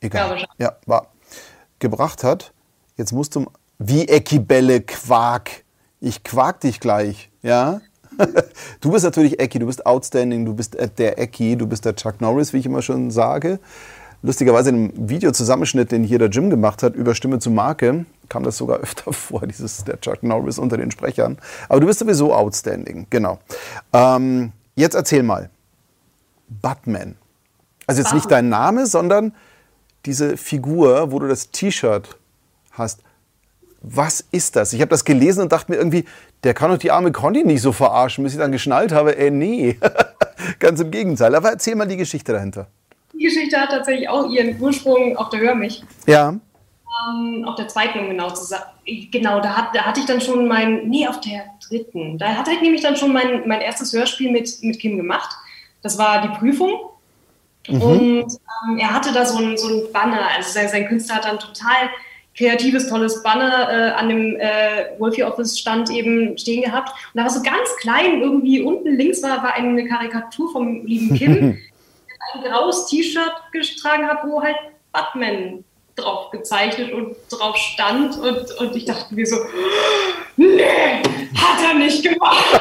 S1: Egal. Ja, war. Gebracht hat. Jetzt musst du... Wie Ecki-Bälle, Quark. Ich quark dich gleich. Ja? Du bist natürlich Ecki, du bist outstanding, du bist der Ecki, du bist der Chuck Norris, wie ich immer schon sage. Lustigerweise in einem Videozusammenschnitt, den hier der Jim gemacht hat, über Stimme zu Marke, kam das sogar öfter vor, der Chuck Norris unter den Sprechern. Aber du bist sowieso outstanding, genau. Jetzt erzähl mal. Batman. Also jetzt nicht dein Name, sondern diese Figur, wo du das T-Shirt hast. Was ist das? Ich habe das gelesen und dachte mir irgendwie, der kann doch die arme Conny nicht so verarschen, bis ich dann geschnallt habe, nee, ganz im Gegenteil. Aber erzähl mal die Geschichte dahinter.
S2: Die Geschichte hat tatsächlich auch ihren Ursprung auf der Hörmich.
S1: Ja.
S2: Auf der zweiten, um genau zu sagen. Genau, da hatte ich dann schon auf der dritten. Da hatte ich nämlich dann schon mein erstes Hörspiel mit Kim gemacht. Das war die Prüfung. Und er hatte da so ein Banner. Also sein Künstler hat dann total kreatives, tolles Banner an dem Wolfie Office Stand eben stehen gehabt. Und da war so ganz klein, irgendwie unten links war eine Karikatur vom lieben Kim, der ein graues T-Shirt getragen hat, wo halt Batman drauf gezeichnet und drauf stand. Und ich dachte mir so, nee, hat er nicht gemacht.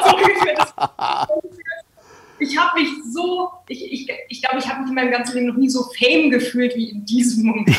S2: Ich habe mich so, ich glaube, ich habe mich in meinem ganzen Leben noch nie so fame gefühlt wie in diesem Moment.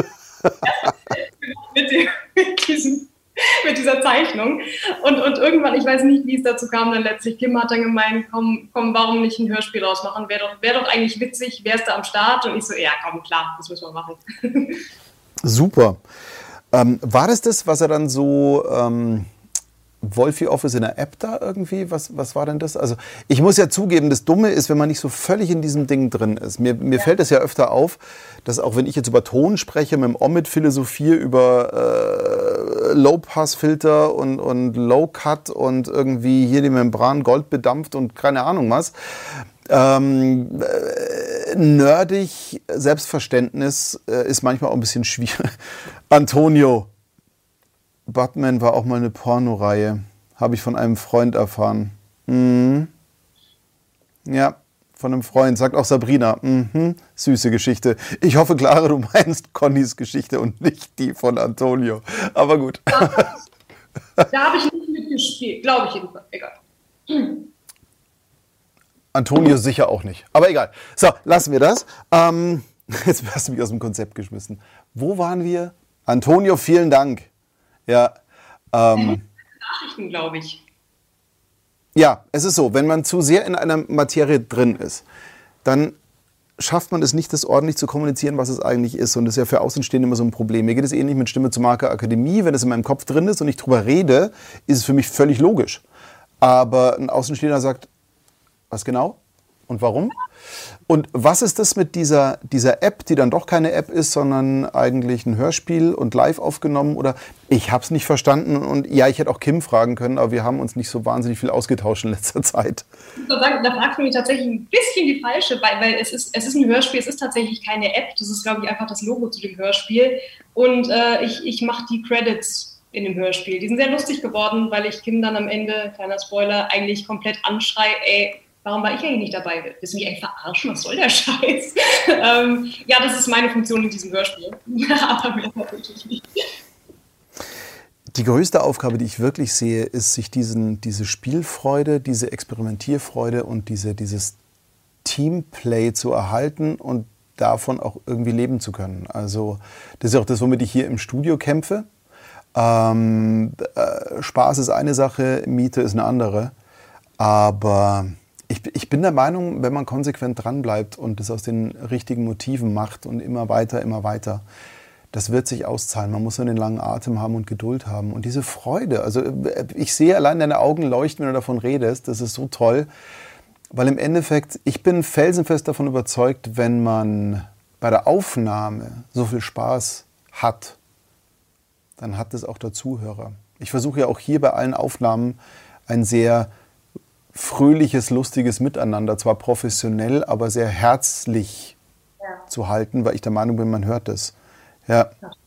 S2: mit dieser Zeichnung. Und irgendwann, ich weiß nicht, wie es dazu kam, dann letztlich, Kim hat dann gemeint, komm, warum nicht ein Hörspiel rausmachen? Wäre doch eigentlich witzig, wärst du am Start? Und ich so, ja, komm, klar, das müssen wir machen.
S1: Super. War das, was er dann so... Wolfie Office in der App da irgendwie? Was war denn das? Also ich muss ja zugeben, das Dumme ist, wenn man nicht so völlig in diesem Ding drin ist. Mir fällt es ja öfter auf, dass auch wenn ich jetzt über Ton spreche, mit dem Omid philosophiere über Low-Pass-Filter und Low-Cut und irgendwie hier die Membran Gold bedampft und keine Ahnung was. Nerdig Selbstverständnis ist manchmal auch ein bisschen schwierig. Antonio. Batman war auch mal eine Pornoreihe. Habe ich von einem Freund erfahren. Ja, von einem Freund. Sagt auch Sabrina. Süße Geschichte. Ich hoffe, Clara, du meinst Connys Geschichte und nicht die von Antonio. Aber gut.
S2: Da habe ich nicht mitgespielt. Glaube ich jedenfalls. Egal.
S1: Antonio sicher auch nicht. Aber egal. So, lassen wir das. Jetzt hast du mich aus dem Konzept geschmissen. Wo waren wir? Antonio, vielen Dank. Ja.
S2: Nachrichten, glaube ich.
S1: Ja, es ist so, wenn man zu sehr in einer Materie drin ist, dann schafft man es nicht, das ordentlich zu kommunizieren, was es eigentlich ist. Und das ist ja für Außenstehende immer so ein Problem. Mir geht es ähnlich mit Stimme zu Marke Akademie. Wenn es in meinem Kopf drin ist und ich drüber rede, ist es für mich völlig logisch. Aber ein Außenstehender sagt, was genau und warum? Und was ist das mit dieser App, die dann doch keine App ist, sondern eigentlich ein Hörspiel und live aufgenommen? Oder ich habe es nicht verstanden. Und ja, ich hätte auch Kim fragen können, aber wir haben uns nicht so wahnsinnig viel ausgetauscht in letzter Zeit.
S2: Da fragst du mich tatsächlich ein bisschen die falsche, weil es ist ein Hörspiel, es ist tatsächlich keine App. Das ist, glaube ich, einfach das Logo zu dem Hörspiel. Und ich mache die Credits in dem Hörspiel. Die sind sehr lustig geworden, weil ich Kim dann am Ende, kleiner Spoiler, eigentlich komplett anschreie, ey, warum war ich eigentlich nicht dabei? Willst du mich eigentlich verarschen? Was soll der Scheiß? Ja, das ist meine Funktion in diesem Hörspiel. Aber mehr natürlich nicht.
S1: Die größte Aufgabe, die ich wirklich sehe, ist, sich diese Spielfreude, diese Experimentierfreude und dieses Teamplay zu erhalten und davon auch irgendwie leben zu können. Also das ist auch das, womit ich hier im Studio kämpfe. Spaß ist eine Sache, Miete ist eine andere. Aber ich bin der Meinung, wenn man konsequent dranbleibt und es aus den richtigen Motiven macht und immer weiter, das wird sich auszahlen. Man muss nur den langen Atem haben und Geduld haben. Und diese Freude, also ich sehe allein deine Augen leuchten, wenn du davon redest, das ist so toll. Weil im Endeffekt, ich bin felsenfest davon überzeugt, wenn man bei der Aufnahme so viel Spaß hat, dann hat es auch der Zuhörer. Ich versuche ja auch hier bei allen Aufnahmen ein sehr fröhliches, lustiges Miteinander, zwar professionell, aber sehr herzlich zu halten, weil ich der Meinung bin, man hört es. Ja.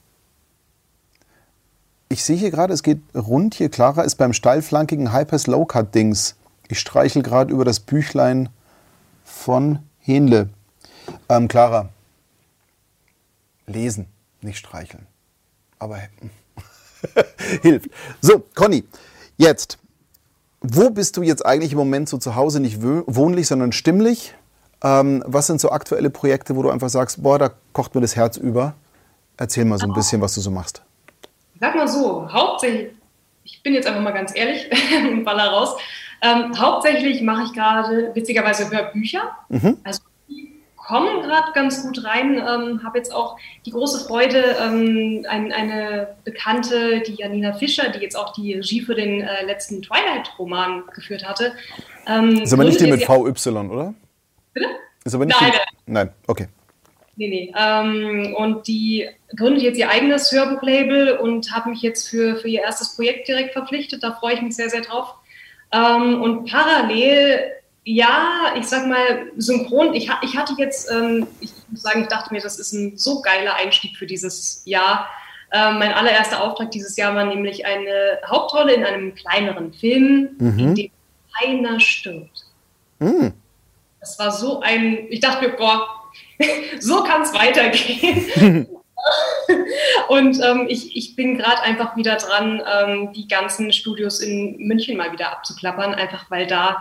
S1: Ich sehe hier gerade, es geht rund hier. Clara ist beim steilflankigen High-Pass-Low-Cut-Dings. Ich streichel gerade über das Büchlein von Hähnle. Clara, Lesen, nicht streicheln. Aber hilft. So, Conny, jetzt, wo bist du jetzt eigentlich im Moment so zu Hause, nicht wohnlich, sondern stimmlich? Was sind so aktuelle Projekte, wo du einfach sagst, boah, da kocht mir das Herz über? Erzähl mal so ein bisschen, was du so machst.
S2: Sag mal so, hauptsächlich, ich bin jetzt einfach mal ganz ehrlich und baller raus, hauptsächlich mache ich gerade witzigerweise Hörbücher. Also die kommen gerade ganz gut rein. Habe jetzt auch die große Freude, eine Bekannte, die Janina Fischer, die jetzt auch die Regie für den letzten Twilight-Roman geführt hatte.
S1: Ist aber nicht die mit VY, oder?
S2: Bitte?
S1: Ist aber nicht Nein, okay.
S2: Nee. Und die gründet jetzt ihr eigenes Hörbuchlabel und habe mich jetzt für ihr erstes Projekt direkt verpflichtet. Da freue ich mich sehr, sehr drauf. Und parallel, ja, ich sag mal, synchron. Ich hatte jetzt, ich muss sagen, ich dachte mir, das ist ein so geiler Einstieg für dieses Jahr. Mein allererster Auftrag dieses Jahr war nämlich eine Hauptrolle in einem kleineren Film, in dem keiner stirbt. Das war so ich dachte mir, boah, so kann es weitergehen. Und ich bin gerade einfach wieder dran, die ganzen Studios in München mal wieder abzuklappern, einfach weil da,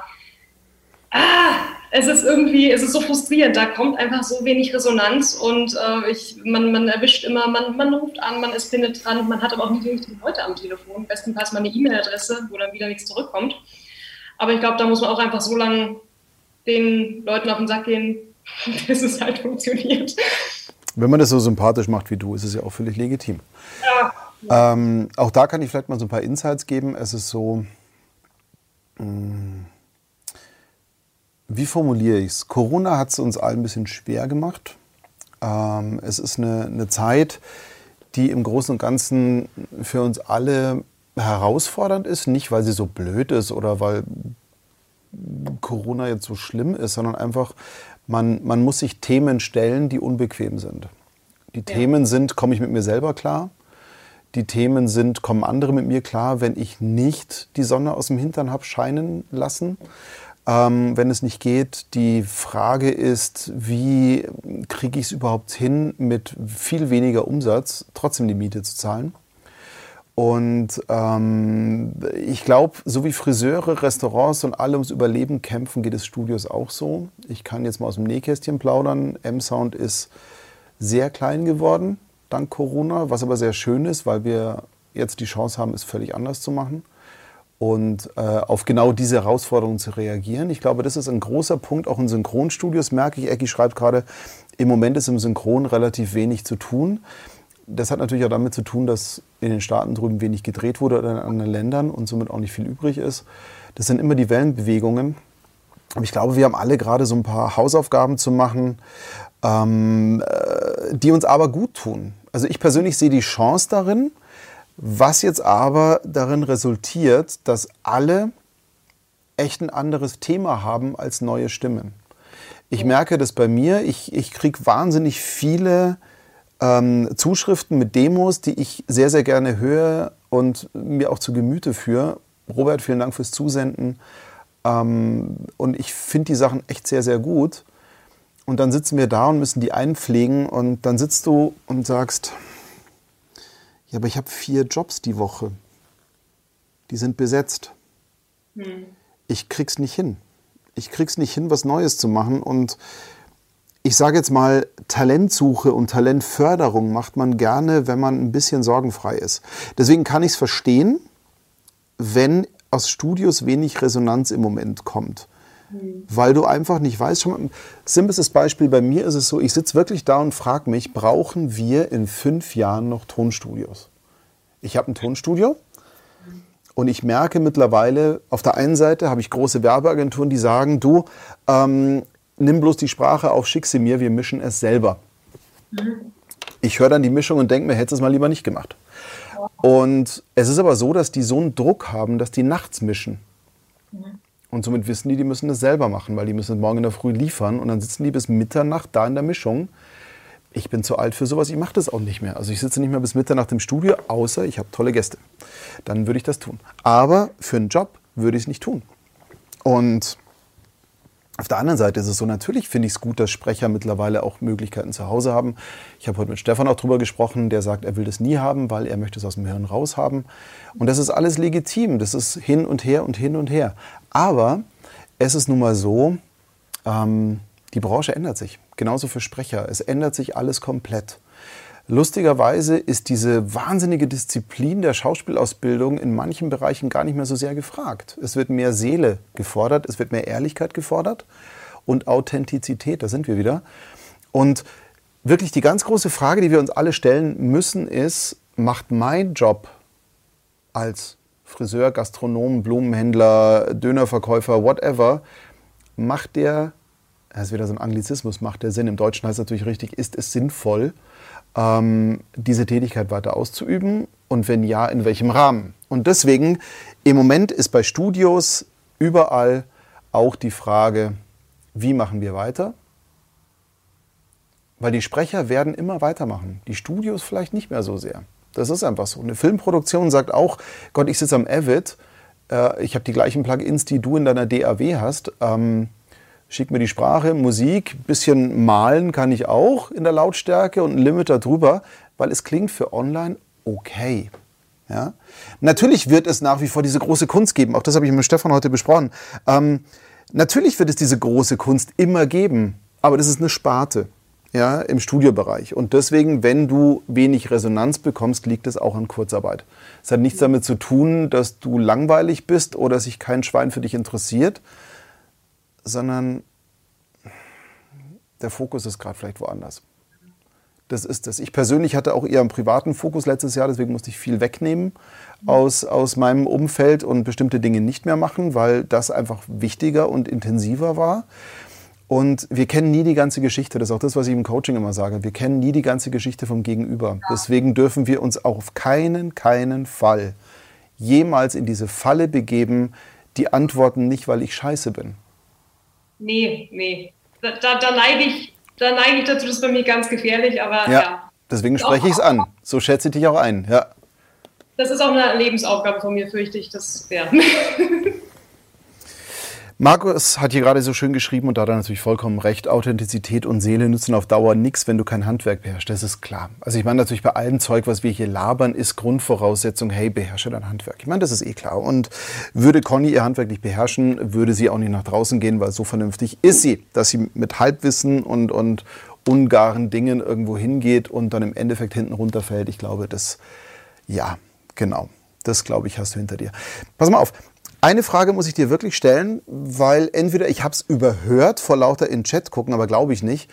S2: es ist so frustrierend, da kommt einfach so wenig Resonanz und man erwischt immer, man ruft an, man ist penetrant, man hat aber auch nicht die richtigen Leute am Telefon, bestenfalls mal eine E-Mail-Adresse, wo dann wieder nichts zurückkommt. Aber ich glaube, da muss man auch einfach so lange den Leuten auf den Sack gehen, bis es halt funktioniert.
S1: Wenn man das so sympathisch macht wie du, ist es ja auch völlig legitim.
S2: Ja.
S1: Auch da kann ich vielleicht mal so ein paar Insights geben. Es ist so, wie formuliere ich es? Corona hat es uns allen ein bisschen schwer gemacht. Es ist eine Zeit, die im Großen und Ganzen für uns alle herausfordernd ist. Nicht, weil sie so blöd ist oder weil Corona jetzt so schlimm ist, sondern einfach, man muss sich Themen stellen, die unbequem sind. Die Themen sind, komme ich mit mir selber klar? Die Themen sind, kommen andere mit mir klar, wenn ich nicht die Sonne aus dem Hintern habe scheinen lassen? Wenn es nicht geht, die Frage ist, wie kriege ich es überhaupt hin, mit viel weniger Umsatz trotzdem die Miete zu zahlen? Und ich glaube, so wie Friseure, Restaurants und alle ums Überleben kämpfen, geht es Studios auch so. Ich kann jetzt mal aus dem Nähkästchen plaudern. M-Sound ist sehr klein geworden, dank Corona, was aber sehr schön ist, weil wir jetzt die Chance haben, es völlig anders zu machen und auf genau diese Herausforderungen zu reagieren. Ich glaube, das ist ein großer Punkt, auch in Synchronstudios merke ich, Ecki schreibt gerade, im Moment ist im Synchron relativ wenig zu tun. Das hat natürlich auch damit zu tun, dass in den Staaten drüben wenig gedreht wurde oder in anderen Ländern und somit auch nicht viel übrig ist. Das sind immer die Wellenbewegungen. Aber ich glaube, wir haben alle gerade so ein paar Hausaufgaben zu machen, die uns aber gut tun. Also ich persönlich sehe die Chance darin, was jetzt aber darin resultiert, dass alle echt ein anderes Thema haben als neue Stimmen. Ich merke das bei mir, ich kriege wahnsinnig viele Zuschriften mit Demos, die ich sehr, sehr gerne höre und mir auch zu Gemüte führe. Robert, vielen Dank fürs Zusenden. Und ich finde die Sachen echt sehr, sehr gut. Und dann sitzen wir da und müssen die einpflegen und dann sitzt du und sagst, ja, aber ich habe 4 Jobs die Woche. Die sind besetzt. Ich krieg's nicht hin. Ich krieg's nicht hin, was Neues zu machen. Und ich sage jetzt mal, Talentsuche und Talentförderung macht man gerne, wenn man ein bisschen sorgenfrei ist. Deswegen kann ich es verstehen, wenn aus Studios wenig Resonanz im Moment kommt. Weil du einfach nicht weißt, schon mal, simples Beispiel, bei mir ist es so, ich sitze wirklich da und frage mich, brauchen wir in 5 Jahren noch Tonstudios? Ich habe ein Tonstudio und ich merke mittlerweile, auf der einen Seite habe ich große Werbeagenturen, die sagen, du, nimm bloß die Sprache auf, schick sie mir, wir mischen es selber. Ich höre dann die Mischung und denke mir, hättest du es mal lieber nicht gemacht. Und es ist aber so, dass die so einen Druck haben, dass die nachts mischen. Und somit wissen die müssen das selber machen, weil die müssen morgen in der Früh liefern und dann sitzen die bis Mitternacht da in der Mischung. Ich bin zu alt für sowas, ich mache das auch nicht mehr. Also ich sitze nicht mehr bis Mitternacht im Studio, außer ich habe tolle Gäste. Dann würde ich das tun. Aber für einen Job würde ich es nicht tun. Und Auf der anderen Seite ist es so, natürlich finde ich es gut, dass Sprecher mittlerweile auch Möglichkeiten zu Hause haben. Ich habe heute mit Stefan auch drüber gesprochen, der sagt, er will das nie haben, weil er möchte es aus dem Hirn raus haben. Und das ist alles legitim, das ist hin und her und hin und her. Aber es ist nun mal so, die Branche ändert sich, genauso für Sprecher. Es ändert sich alles komplett. Lustigerweise ist diese wahnsinnige Disziplin der Schauspielausbildung in manchen Bereichen gar nicht mehr so sehr gefragt. Es wird mehr Seele gefordert, es wird mehr Ehrlichkeit gefordert und Authentizität, da sind wir wieder. Und wirklich die ganz große Frage, die wir uns alle stellen müssen, ist, macht mein Job als Friseur, Gastronom, Blumenhändler, Dönerverkäufer, whatever, macht der, das ist wieder so ein Anglizismus, macht der Sinn, im Deutschen heißt es natürlich richtig, ist es sinnvoll, diese Tätigkeit weiter auszuüben und wenn ja, in welchem Rahmen. Und deswegen, im Moment ist bei Studios überall auch die Frage, wie machen wir weiter? Weil die Sprecher werden immer weitermachen, die Studios vielleicht nicht mehr so sehr. Das ist einfach so. Eine Filmproduktion sagt auch, Gott, ich sitze am Avid, ich habe die gleichen Plugins, die du in deiner DAW hast, schick mir die Sprache, Musik, bisschen malen kann ich auch in der Lautstärke und ein Limiter drüber, weil es klingt für online okay. Ja? Natürlich wird es nach wie vor diese große Kunst geben, auch das habe ich mit Stefan heute besprochen. Natürlich wird es diese große Kunst immer geben, aber das ist eine Sparte, ja, im Studiobereich. Und deswegen, wenn du wenig Resonanz bekommst, liegt es auch an Kurzarbeit. Es hat nichts damit zu tun, dass du langweilig bist oder sich kein Schwein für dich interessiert, sondern der Fokus ist gerade vielleicht woanders. Das ist das. Ich persönlich hatte auch eher einen privaten Fokus letztes Jahr, deswegen musste ich viel wegnehmen aus meinem Umfeld und bestimmte Dinge nicht mehr machen, weil das einfach wichtiger und intensiver war. Und wir kennen nie die ganze Geschichte, das ist auch das, was ich im Coaching immer sage, wir kennen nie die ganze Geschichte vom Gegenüber. Deswegen dürfen wir uns auch auf keinen Fall jemals in diese Falle begeben, die antworten nicht, weil ich scheiße bin.
S2: Nee. Da neige ich dazu, das ist bei mir ganz gefährlich, aber ja.
S1: Deswegen spreche ich es an. So schätze ich dich auch ein, ja.
S2: Das ist auch eine Lebensaufgabe von mir, fürchte ich.
S1: Markus hat hier gerade so schön geschrieben und da hat er natürlich vollkommen recht, Authentizität und Seele nützen auf Dauer nichts, wenn du kein Handwerk beherrschst, das ist klar. Also ich meine natürlich bei allem Zeug, was wir hier labern, ist Grundvoraussetzung, hey, beherrsche dein Handwerk. Ich meine, das ist eh klar. Und würde Conny ihr Handwerk nicht beherrschen, würde sie auch nicht nach draußen gehen, weil so vernünftig ist sie, dass sie mit Halbwissen und ungaren Dingen irgendwo hingeht und dann im Endeffekt hinten runterfällt. Ich glaube, das glaube ich, hast du hinter dir. Pass mal auf. Eine Frage muss ich dir wirklich stellen, weil entweder ich habe es überhört vor lauter in den Chat gucken, aber glaube ich nicht.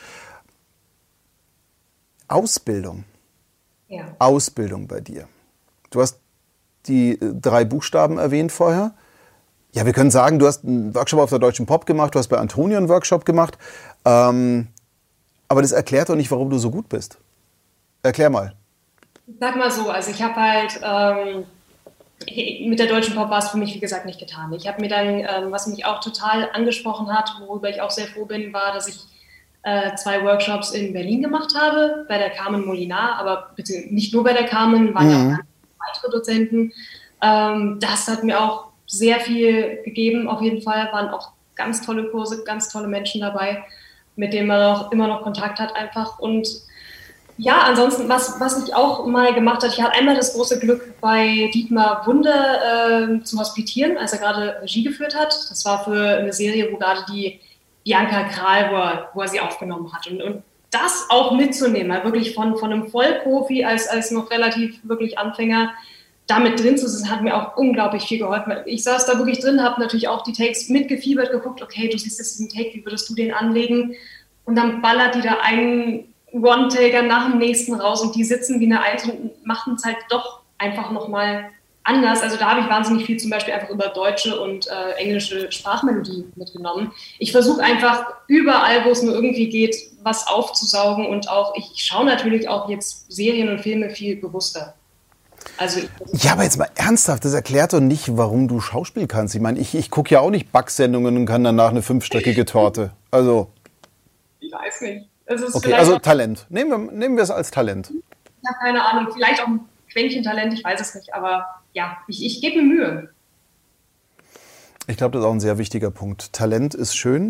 S1: Ausbildung.
S2: Ja.
S1: Ausbildung bei dir. Du hast die 3 Buchstaben erwähnt vorher. Ja, wir können sagen, du hast einen Workshop auf der Deutschen Pop gemacht, du hast bei Antonio einen Workshop gemacht. Aber das erklärt doch nicht, warum du so gut bist. Erklär mal.
S2: Sag mal so, also ich habe halt... mit der Deutschen Pop war es für mich, wie gesagt, nicht getan. Ich habe mir dann, was mich auch total angesprochen hat, worüber ich auch sehr froh bin, war, dass ich 2 Workshops in Berlin gemacht habe, bei der Carmen Molinar, aber nicht nur bei der Carmen, waren ja auch weitere Dozenten. Das hat mir auch sehr viel gegeben, auf jeden Fall, waren auch ganz tolle Kurse, ganz tolle Menschen dabei, mit denen man auch immer noch Kontakt hat einfach. Und ja, ansonsten, was ich auch mal gemacht habe, ich hatte einmal das große Glück, bei Dietmar Wunder zu hospitieren, als er gerade Regie geführt hat. Das war für eine Serie, wo gerade die Bianca Krahl, wo er sie aufgenommen hat. Und das auch mitzunehmen, wirklich von einem Vollprofi als noch relativ wirklich Anfänger, damit drin zu sein, hat mir auch unglaublich viel geholfen. Ich saß da wirklich drin, habe natürlich auch die Takes mitgefiebert, geguckt, okay, du siehst jetzt diesen Take, wie würdest du den anlegen? Und dann ballert die da einen One-Taker nach dem nächsten raus und die sitzen wie eine Eins und machen es halt doch einfach nochmal anders. Also da habe ich wahnsinnig viel zum Beispiel einfach über deutsche und englische Sprachmelodie mitgenommen. Ich versuche einfach überall, wo es nur irgendwie geht, was aufzusaugen und auch, ich schaue natürlich auch jetzt Serien und Filme viel bewusster. Also
S1: ja, aber jetzt mal ernsthaft, das erklärt doch nicht, warum du Schauspiel kannst. Ich meine, ich gucke ja auch nicht Backsendungen und kann danach eine 5-stöckige Torte. Also.
S2: Ich weiß nicht. Ist
S1: okay, also Talent. Nehmen wir es als Talent.
S2: Ich habe keine Ahnung, vielleicht auch ein Quäntchen Talent, ich weiß es nicht, aber ja, ich gebe mir Mühe.
S1: Ich glaube, das ist auch ein sehr wichtiger Punkt. Talent ist schön,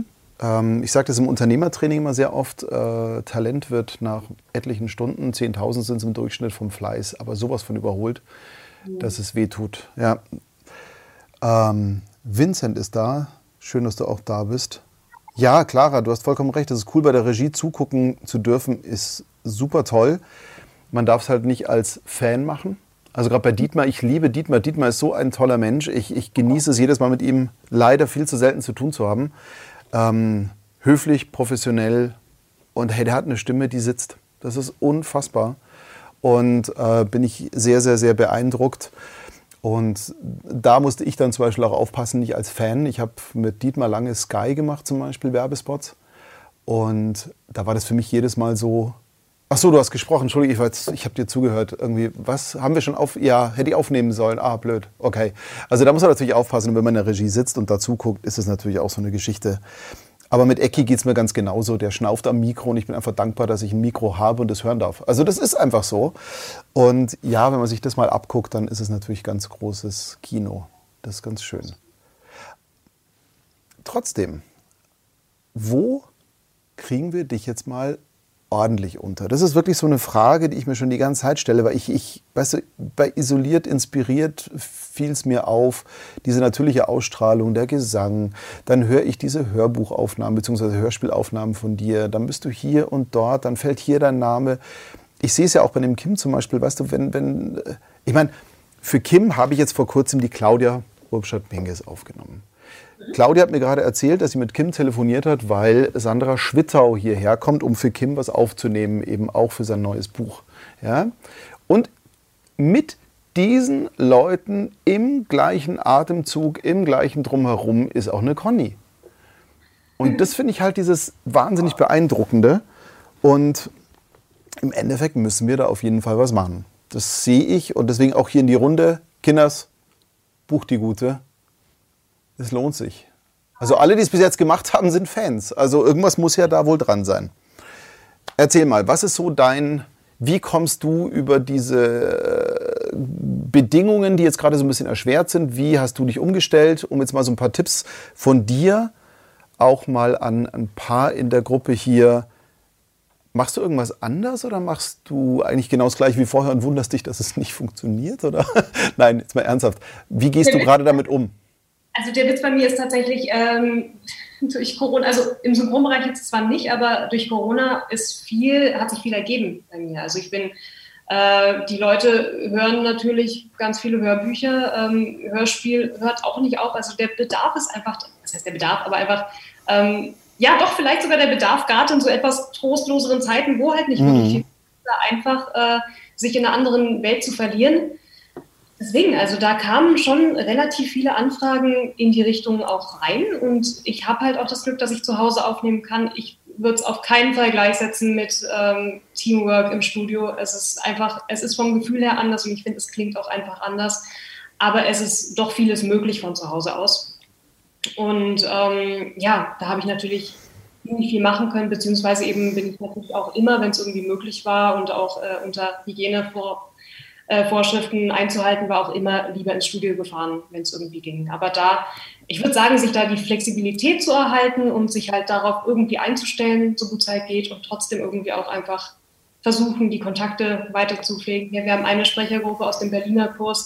S1: Ich sage das im Unternehmertraining immer sehr oft, Talent wird nach etlichen Stunden, 10.000 sind es im Durchschnitt vom Fleiß, aber sowas von überholt, dass es weh tut. Ja. Vincent ist da, schön, dass du auch da bist. Ja, Clara, du hast vollkommen recht, es ist cool, bei der Regie zugucken zu dürfen, ist super toll. Man darf es halt nicht als Fan machen. Also gerade bei Dietmar, ich liebe Dietmar. Dietmar ist so ein toller Mensch. Ich genieße es jedes Mal mit ihm leider viel zu selten zu tun zu haben. Höflich, professionell und hey, der hat eine Stimme, die sitzt. Das ist unfassbar und bin ich sehr, sehr, sehr beeindruckt. Und da musste ich dann zum Beispiel auch aufpassen, nicht als Fan. Ich habe mit Dietmar lange Sky gemacht, zum Beispiel Werbespots. Und da war das für mich jedes Mal so, ach so, du hast gesprochen, Entschuldigung, ich habe dir zugehört. Irgendwie, was haben wir schon ja, hätte ich aufnehmen sollen. Ah, blöd, okay. Also da muss man natürlich aufpassen, und wenn man in der Regie sitzt und dazu guckt, ist es natürlich auch so eine Geschichte. Aber mit Ecki geht es mir ganz genauso. Der schnauft am Mikro und ich bin einfach dankbar, dass ich ein Mikro habe und das hören darf. Also das ist einfach so. Und ja, wenn man sich das mal abguckt, dann ist es natürlich ganz großes Kino. Das ist ganz schön. Trotzdem, wo kriegen wir dich jetzt mal ordentlich unter? Das ist wirklich so eine Frage, die ich mir schon die ganze Zeit stelle, weil weißt du, bei Isoliert, Inspiriert fiel es mir auf, diese natürliche Ausstrahlung, der Gesang, dann höre ich diese Hörbuchaufnahmen bzw. Hörspielaufnahmen von dir, dann bist du hier und dort, dann fällt hier dein Name. Ich sehe es ja auch bei dem Kim zum Beispiel, weißt du, ich meine, für Kim habe ich jetzt vor kurzem die Claudia Rubschat-Minges aufgenommen. Claudia hat mir gerade erzählt, dass sie mit Kim telefoniert hat, weil Sandra Schwittau hierher kommt, um für Kim was aufzunehmen, eben auch für sein neues Buch. Ja? Und mit diesen Leuten im gleichen Atemzug, im gleichen Drumherum ist auch eine Conny. Und das finde ich halt dieses wahnsinnig Beeindruckende. Und im Endeffekt müssen wir da auf jeden Fall was machen. Das sehe ich und deswegen auch hier in die Runde. Kinders, bucht die Gute. Es lohnt sich. Also alle, die es bis jetzt gemacht haben, sind Fans. Also irgendwas muss ja da wohl dran sein. Erzähl mal, was ist so wie kommst du über diese Bedingungen, die jetzt gerade so ein bisschen erschwert sind, wie hast du dich umgestellt, um jetzt mal so ein paar Tipps von dir auch mal an ein paar in der Gruppe hier. Machst du irgendwas anders oder machst du eigentlich genau das Gleiche wie vorher und wunderst dich, dass es nicht funktioniert? Oder? Nein, jetzt mal ernsthaft. Wie gehst du gerade damit um?
S2: Also der Witz bei mir ist tatsächlich durch Corona, also im Synchronbereich jetzt zwar nicht, aber durch Corona hat sich viel ergeben bei mir. Also die Leute hören natürlich ganz viele Hörbücher, Hörspiel hört auch nicht auf. Also der Bedarf ist einfach, was heißt der Bedarf, aber einfach, ja doch vielleicht sogar der Bedarf, gerade in so etwas trostloseren Zeiten, wo halt nicht wirklich viel ist, einfach sich in einer anderen Welt zu verlieren. Deswegen, also da kamen schon relativ viele Anfragen in die Richtung auch rein und ich habe halt auch das Glück, dass ich zu Hause aufnehmen kann. Ich würde es auf keinen Fall gleichsetzen mit Teamwork im Studio. Es ist vom Gefühl her anders und ich finde, es klingt auch einfach anders. Aber es ist doch vieles möglich von zu Hause aus. Und ja, da habe ich natürlich ziemlich viel machen können, beziehungsweise eben bin ich natürlich auch immer, wenn es irgendwie möglich war und auch unter Hygienevorschriften einzuhalten, war auch immer lieber ins Studio gefahren, wenn es irgendwie ging. Aber ich würde sagen, sich da die Flexibilität zu erhalten und sich halt darauf irgendwie einzustellen, so gut es halt geht und trotzdem irgendwie auch einfach versuchen, die Kontakte weiterzupflegen. Ja, wir haben eine Sprechergruppe aus dem Berliner Kurs,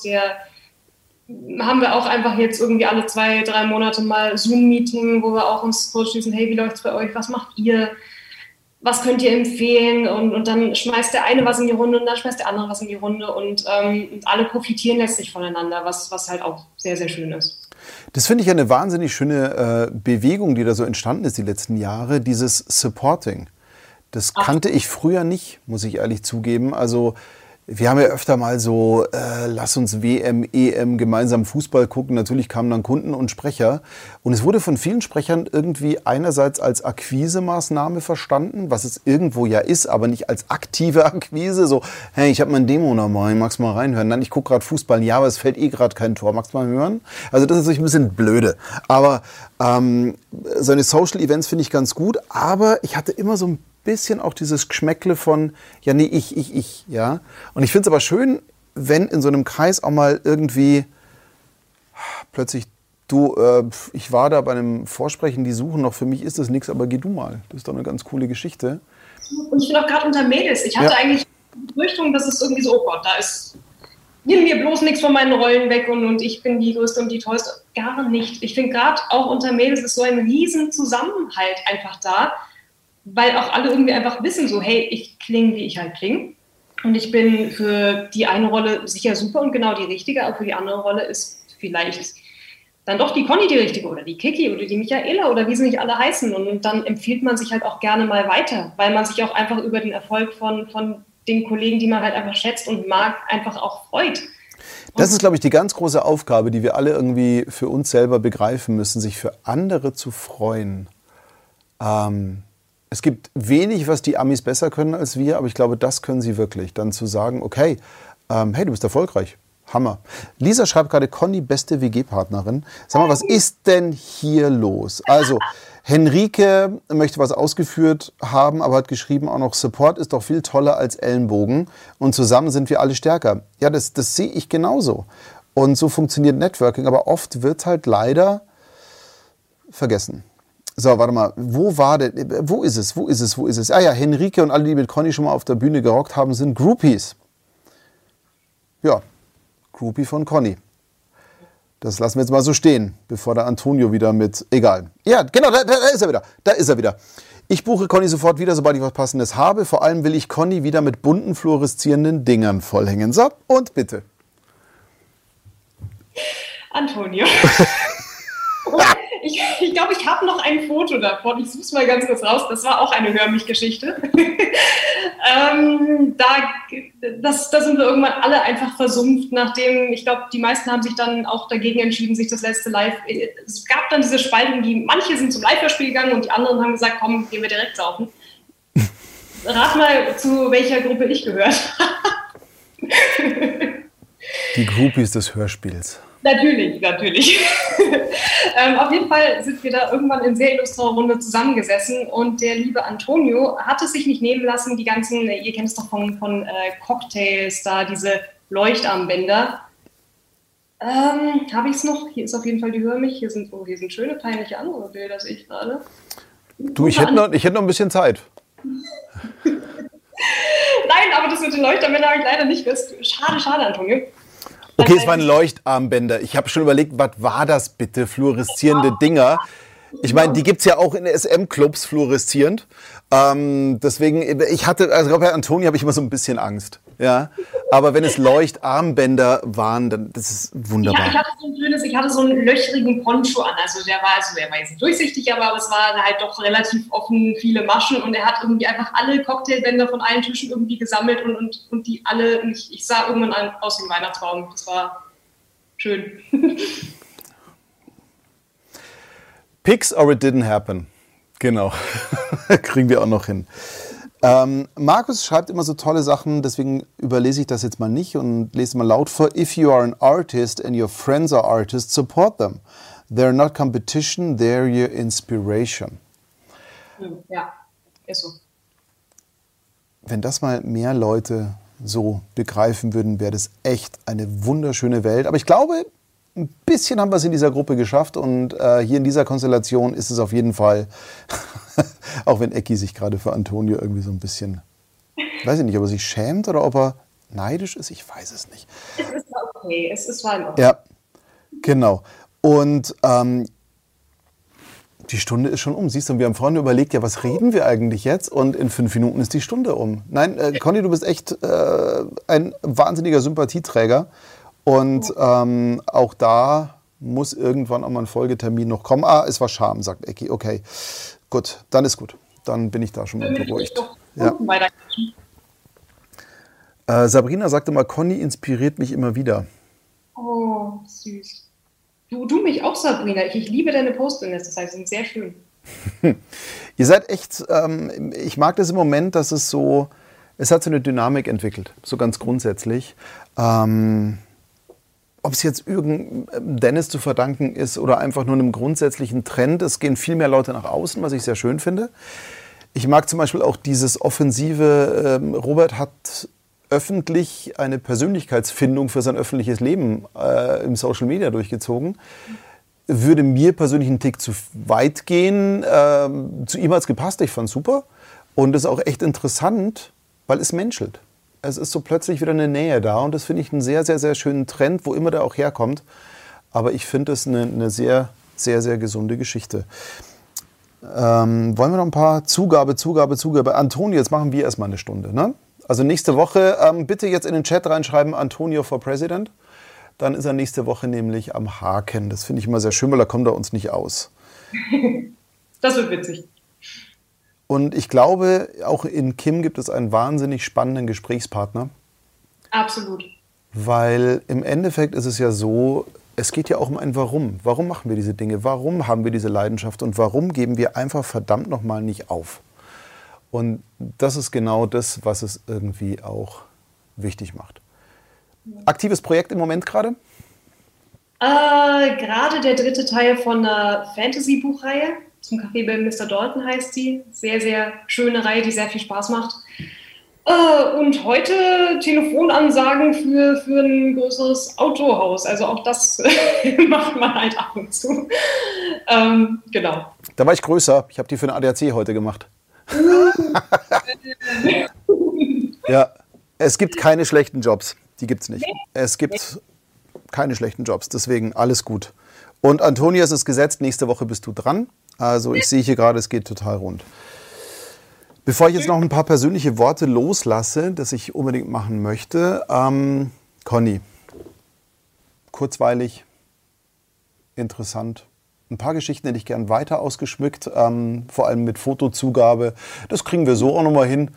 S2: haben wir auch einfach jetzt irgendwie alle 2-3 Monate mal Zoom-Meeting, wo wir auch uns kurz schließen, hey, wie läuft's bei euch, was macht ihr? Was könnt ihr empfehlen? Und dann schmeißt der eine was in die Runde und dann schmeißt der andere was in die Runde und alle profitieren letztlich voneinander, was halt auch sehr, sehr schön ist.
S1: Das finde ich eine wahnsinnig schöne Bewegung, die da so entstanden ist die letzten Jahre, dieses Supporting. Das kannte ich früher nicht, muss ich ehrlich zugeben. Also wir haben ja öfter mal so, lass uns WM, EM gemeinsam Fußball gucken. Natürlich kamen dann Kunden und Sprecher. Und es wurde von vielen Sprechern irgendwie einerseits als Akquise-Maßnahme verstanden, was es irgendwo ja ist, aber nicht als aktive Akquise. So, hey, ich habe mein Demo nochmal, magst du mal reinhören? Nein, ich gucke gerade Fußball. Ja, aber es fällt gerade kein Tor. Magst du mal hören? Also das ist natürlich ein bisschen blöde. Aber so eine Social-Events finde ich ganz gut. Aber ich hatte immer so ein bisschen auch dieses Geschmäckle von, ja, nee, ich, ja. Und ich finde es aber schön, wenn in so einem Kreis auch mal irgendwie plötzlich Du, ich war da bei einem Vorsprechen, die suchen noch, für mich ist das nichts, aber geh du mal. Das ist doch eine ganz coole Geschichte.
S2: Und ich bin auch gerade unter Mädels. Ich hatte eigentlich die Befürchtung, dass es irgendwie so, oh Gott, nimm mir bloß nichts von meinen Rollen weg und ich bin die Größte und die Tollste. Gar nicht. Ich finde gerade auch unter Mädels ist so ein riesen Zusammenhalt einfach da, weil auch alle irgendwie einfach wissen so, hey, ich klinge, wie ich halt klinge. Und ich bin für die eine Rolle sicher super und genau die richtige, aber für die andere Rolle ist vielleicht dann doch die Conny die richtige oder die Kiki oder die Michaela oder wie sie nicht alle heißen. Und dann empfiehlt man sich halt auch gerne mal weiter, weil man sich auch einfach über den Erfolg von den Kollegen, die man halt einfach schätzt und mag, einfach auch freut.
S1: Das ist, glaube ich, die ganz große Aufgabe, die wir alle irgendwie für uns selber begreifen müssen, sich für andere zu freuen. Es gibt wenig, was die Amis besser können als wir, aber ich glaube, das können sie wirklich. Dann zu sagen, okay, hey, du bist erfolgreich. Hammer. Lisa schreibt gerade, Conny, beste WG-Partnerin. Sag mal, was ist denn hier los? Also, Henrike möchte was ausgeführt haben, aber hat geschrieben auch noch, Support ist doch viel toller als Ellenbogen und zusammen sind wir alle stärker. Ja, das sehe ich genauso. Und so funktioniert Networking, aber oft wird halt leider vergessen. So, warte mal, wo ist es? Ah ja, Henrike und alle, die mit Conny schon mal auf der Bühne gerockt haben, sind Groupies. Ja, Groupie von Conny. Das lassen wir jetzt mal so stehen, bevor der Antonio wieder mit... Egal. Ja, genau, da ist er wieder. Da ist er wieder. Ich buche Conny sofort wieder, sobald ich was Passendes habe. Vor allem will ich Conny wieder mit bunten, fluoreszierenden Dingern vollhängen. So, und bitte.
S2: Antonio. Ich glaube, ich habe noch ein Foto davon. Ich suche es mal ganz kurz raus. Das war auch eine Hör-mich-Geschichte. Da sind wir irgendwann alle einfach versumpft, nachdem, ich glaube, die meisten haben sich dann auch dagegen entschieden, sich das letzte Live... Es gab dann diese Spaltung, manche sind zum Live-Hörspiel gegangen und die anderen haben gesagt, komm, gehen wir direkt saufen. Rat mal, zu welcher Gruppe ich gehört habe.
S1: Die Groupies des Hörspiels.
S2: Natürlich. Auf jeden Fall sind wir da irgendwann in sehr illustrer Runde zusammengesessen und der liebe Antonio hat es sich nicht nehmen lassen, die ganzen, ihr kennt es doch von Cocktails, da diese Leuchtarmbänder. Habe ich es noch? Hier ist auf jeden Fall die Hör mich. Hier sind schöne, peinliche andere Bilder, sehe ich gerade.
S1: Du, ich hätte noch ein bisschen Zeit.
S2: Nein, aber das mit den Leuchtarmbändern habe ich leider nicht gewusst. Schade, Antonio.
S1: Okay, es waren Leuchtarmbänder. Ich habe schon überlegt, was war das bitte? Fluoreszierende Dinger. Ich meine, die gibt es ja auch in SM-Clubs fluoreszierend. Deswegen, also bei Antonio habe ich immer so ein bisschen Angst. Ja? Aber wenn es Leuchtarmbänder waren, dann das ist wunderbar.
S2: Ja, ich hatte so einen löchrigen Poncho an. Also der war jetzt nicht durchsichtig, aber es war halt doch relativ offen, viele Maschen. Und er hat irgendwie einfach alle Cocktailbänder von allen Tischen irgendwie gesammelt und die alle, ich sah irgendwann aus dem Weihnachtsbaum. Das war schön.
S1: Pics or it didn't happen. Genau. Kriegen wir auch noch hin. Markus schreibt immer so tolle Sachen, deswegen überlese ich das jetzt mal nicht und lese mal laut vor. If you are an artist and your friends are artists, support them. They're not competition, they're your inspiration.
S2: Ja, ist so.
S1: Wenn das mal mehr Leute so begreifen würden, wäre das echt eine wunderschöne Welt. Aber ich glaube, ein bisschen haben wir es in dieser Gruppe geschafft und hier in dieser Konstellation ist es auf jeden Fall, auch wenn Ecki sich gerade für Antonio irgendwie so ein bisschen, weiß ich nicht, ob er sich schämt oder ob er neidisch ist, ich weiß es nicht.
S2: Es ist okay, es war in Ordnung.
S1: Ja, genau. Und die Stunde ist schon um, siehst du, wir haben vorhin überlegt, ja, was reden wir eigentlich jetzt? Und in 5 Minuten ist die Stunde um. Nein, Conny, du bist echt ein wahnsinniger Sympathieträger. Und auch da muss irgendwann auch mal ein Folgetermin noch kommen. Es war Scham, sagt Ecki. Okay, gut, dann ist gut. Dann bin ich da schon mal beruhigt. Ja. Sabrina sagte mal, Conny inspiriert mich immer wieder.
S2: Oh, süß. Du mich auch, Sabrina. Ich liebe deine Posts in letzter Zeit, die sind sehr schön.
S1: Ihr seid echt, ich mag das im Moment, dass es so, es hat so eine Dynamik entwickelt, so ganz grundsätzlich. Ob es jetzt irgendeinem Dennis zu verdanken ist oder einfach nur einem grundsätzlichen Trend. Es gehen viel mehr Leute nach außen, was ich sehr schön finde. Ich mag zum Beispiel auch dieses offensive, Robert hat öffentlich eine Persönlichkeitsfindung für sein öffentliches Leben im Social Media durchgezogen. würde mir persönlich einen Tick zu weit gehen. Zu ihm hat es gepasst, ich fand es super. Und es ist auch echt interessant, weil es menschelt. Es ist so plötzlich wieder eine Nähe da und das finde ich einen sehr, sehr, sehr schönen Trend, wo immer der auch herkommt. Aber ich finde es eine sehr, sehr, sehr gesunde Geschichte. Wollen wir noch ein paar Zugabe. Antonio, jetzt machen wir erstmal eine Stunde. Ne? Also nächste Woche, bitte jetzt in den Chat reinschreiben, Antonio for President. Dann ist er nächste Woche nämlich am Haken. Das finde ich immer sehr schön, weil da kommt er uns nicht aus.
S2: Das wird witzig.
S1: Und ich glaube, auch in Kim gibt es einen wahnsinnig spannenden Gesprächspartner.
S2: Absolut.
S1: Weil im Endeffekt ist es ja so, es geht ja auch um ein Warum. Warum machen wir diese Dinge? Warum haben wir diese Leidenschaft? Und warum geben wir einfach verdammt nochmal nicht auf? Und das ist genau das, was es irgendwie auch wichtig macht. Aktives Projekt im Moment gerade?
S2: Gerade der 3. Teil von einer Fantasy-Buchreihe. Zum Café bei Mr. Dalton heißt sie. Sehr, sehr schöne Reihe, die sehr viel Spaß macht. Und heute Telefonansagen für ein größeres Autohaus. Also auch das macht man halt ab und zu. Genau.
S1: Da war ich größer. Ich habe die für den ADAC heute gemacht. Ja, es gibt keine schlechten Jobs. Die gibt es nicht. Es gibt keine schlechten Jobs. Deswegen alles gut. Und Antonia, es ist gesetzt. Nächste Woche bist du dran. Also ich sehe hier gerade, es geht total rund. Bevor ich jetzt noch ein paar persönliche Worte loslasse, das ich unbedingt machen möchte, Conny, kurzweilig, interessant. Ein paar Geschichten hätte ich gern weiter ausgeschmückt, vor allem mit Fotozugabe. Das kriegen wir so auch nochmal hin.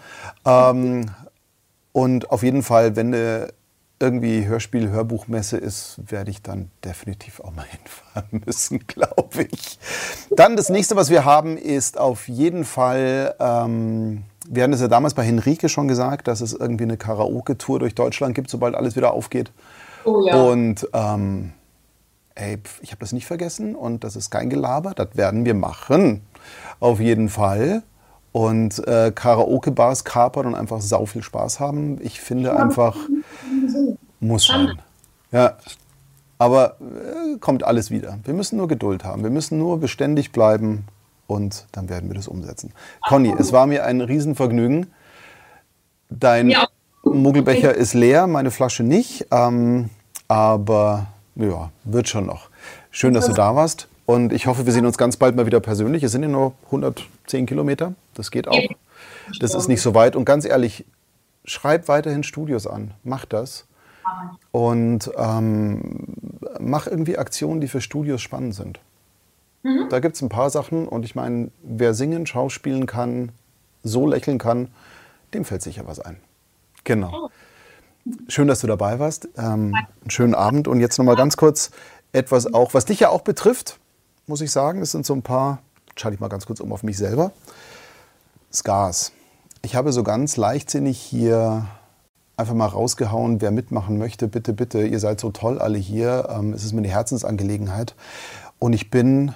S1: Und auf jeden Fall, wenn eine irgendwie Hörspiel-Hörbuchmesse ist, werde ich dann definitiv auch mal hinfahren müssen, glaube ich. Dann das nächste, was wir haben, ist auf jeden Fall, wir hatten es ja damals bei Henrike schon gesagt, dass es irgendwie eine Karaoke-Tour durch Deutschland gibt, sobald alles wieder aufgeht.
S2: Oh ja.
S1: Und ich habe das nicht vergessen und das ist kein Gelaber, das werden wir machen, auf jeden Fall. Und Karaoke-Bars kapern und einfach sau viel Spaß haben. Ich finde einfach, muss sein. Ja, aber kommt alles wieder. Wir müssen nur Geduld haben. Wir müssen nur beständig bleiben und dann werden wir das umsetzen. Conny, es war mir ein Riesenvergnügen. Dein Muggelbecher ist leer, meine Flasche nicht. Aber ja, wird schon noch. Schön, dass du da warst. Und ich hoffe, wir sehen uns ganz bald mal wieder persönlich. Es sind ja nur 110 Kilometer. Das geht auch. Das ist nicht so weit. Und ganz ehrlich, schreib weiterhin Studios an. Mach das. Und mach irgendwie Aktionen, die für Studios spannend sind. Da gibt es ein paar Sachen. Und ich meine, wer singen, schauspielen kann, so lächeln kann, dem fällt sicher was ein. Genau. Schön, dass du dabei warst. Einen schönen Abend. Und jetzt nochmal ganz kurz etwas auch, was dich ja auch betrifft, muss ich sagen. Es sind so ein paar, schalte ich mal ganz kurz um auf mich selber. Scars. Ich habe so ganz leichtsinnig hier einfach mal rausgehauen, wer mitmachen möchte, bitte, bitte. Ihr seid so toll alle hier. Es ist mir eine Herzensangelegenheit. Und ich bin,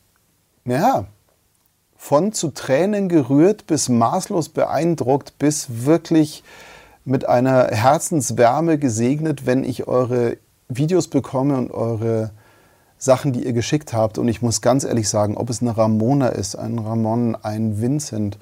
S1: von zu Tränen gerührt bis maßlos beeindruckt, bis wirklich mit einer Herzenswärme gesegnet, wenn ich eure Videos bekomme und eure Sachen, die ihr geschickt habt. Und ich muss ganz ehrlich sagen, ob es eine Ramona ist, ein Ramon, ein Vincent,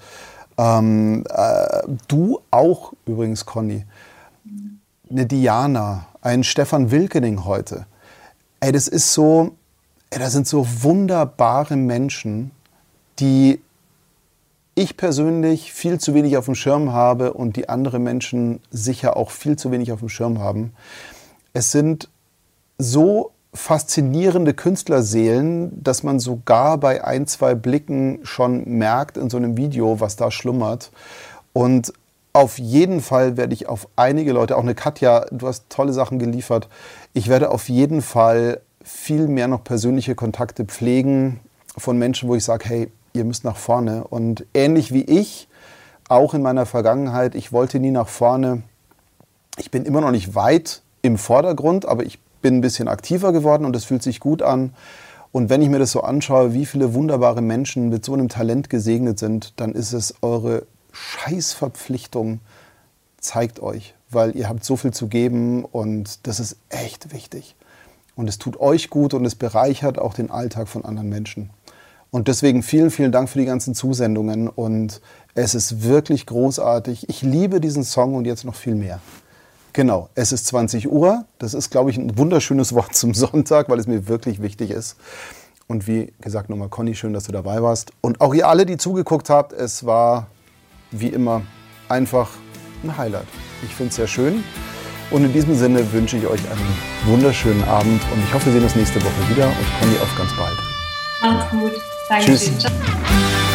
S1: du auch übrigens, Conny, eine Diana, ein Stefan Wilkening heute. Das ist so, das sind so wunderbare Menschen, die ich persönlich viel zu wenig auf dem Schirm habe und die andere Menschen sicher auch viel zu wenig auf dem Schirm haben. Es sind so faszinierende Künstlerseelen, dass man sogar bei ein, zwei Blicken schon merkt in so einem Video, was da schlummert. Und auf jeden Fall werde ich auf einige Leute, auch eine Katja, du hast tolle Sachen geliefert, ich werde auf jeden Fall viel mehr noch persönliche Kontakte pflegen von Menschen, wo ich sage, hey, ihr müsst nach vorne. Und ähnlich wie ich, auch in meiner Vergangenheit, ich wollte nie nach vorne. Ich bin immer noch nicht weit im Vordergrund, aber ich bin ein bisschen aktiver geworden und das fühlt sich gut an. Und wenn ich mir das so anschaue, wie viele wunderbare Menschen mit so einem Talent gesegnet sind, dann ist es eure Scheißverpflichtung, zeigt euch, weil ihr habt so viel zu geben und das ist echt wichtig. Und es tut euch gut und es bereichert auch den Alltag von anderen Menschen. Und deswegen vielen, vielen Dank für die ganzen Zusendungen. Und es ist wirklich großartig. Ich liebe diesen Song und jetzt noch viel mehr. Genau, es ist 20 Uhr. Das ist, glaube ich, ein wunderschönes Wort zum Sonntag, weil es mir wirklich wichtig ist. Und wie gesagt, nochmal Conny, schön, dass du dabei warst. Und auch ihr alle, die zugeguckt habt, es war wie immer einfach ein Highlight. Ich finde es sehr schön. Und in diesem Sinne wünsche ich euch einen wunderschönen Abend. Und ich hoffe, wir sehen uns nächste Woche wieder. Und Conny, auf ganz bald.
S2: Macht's gut. Danke.
S1: Tschüss.
S2: Ciao.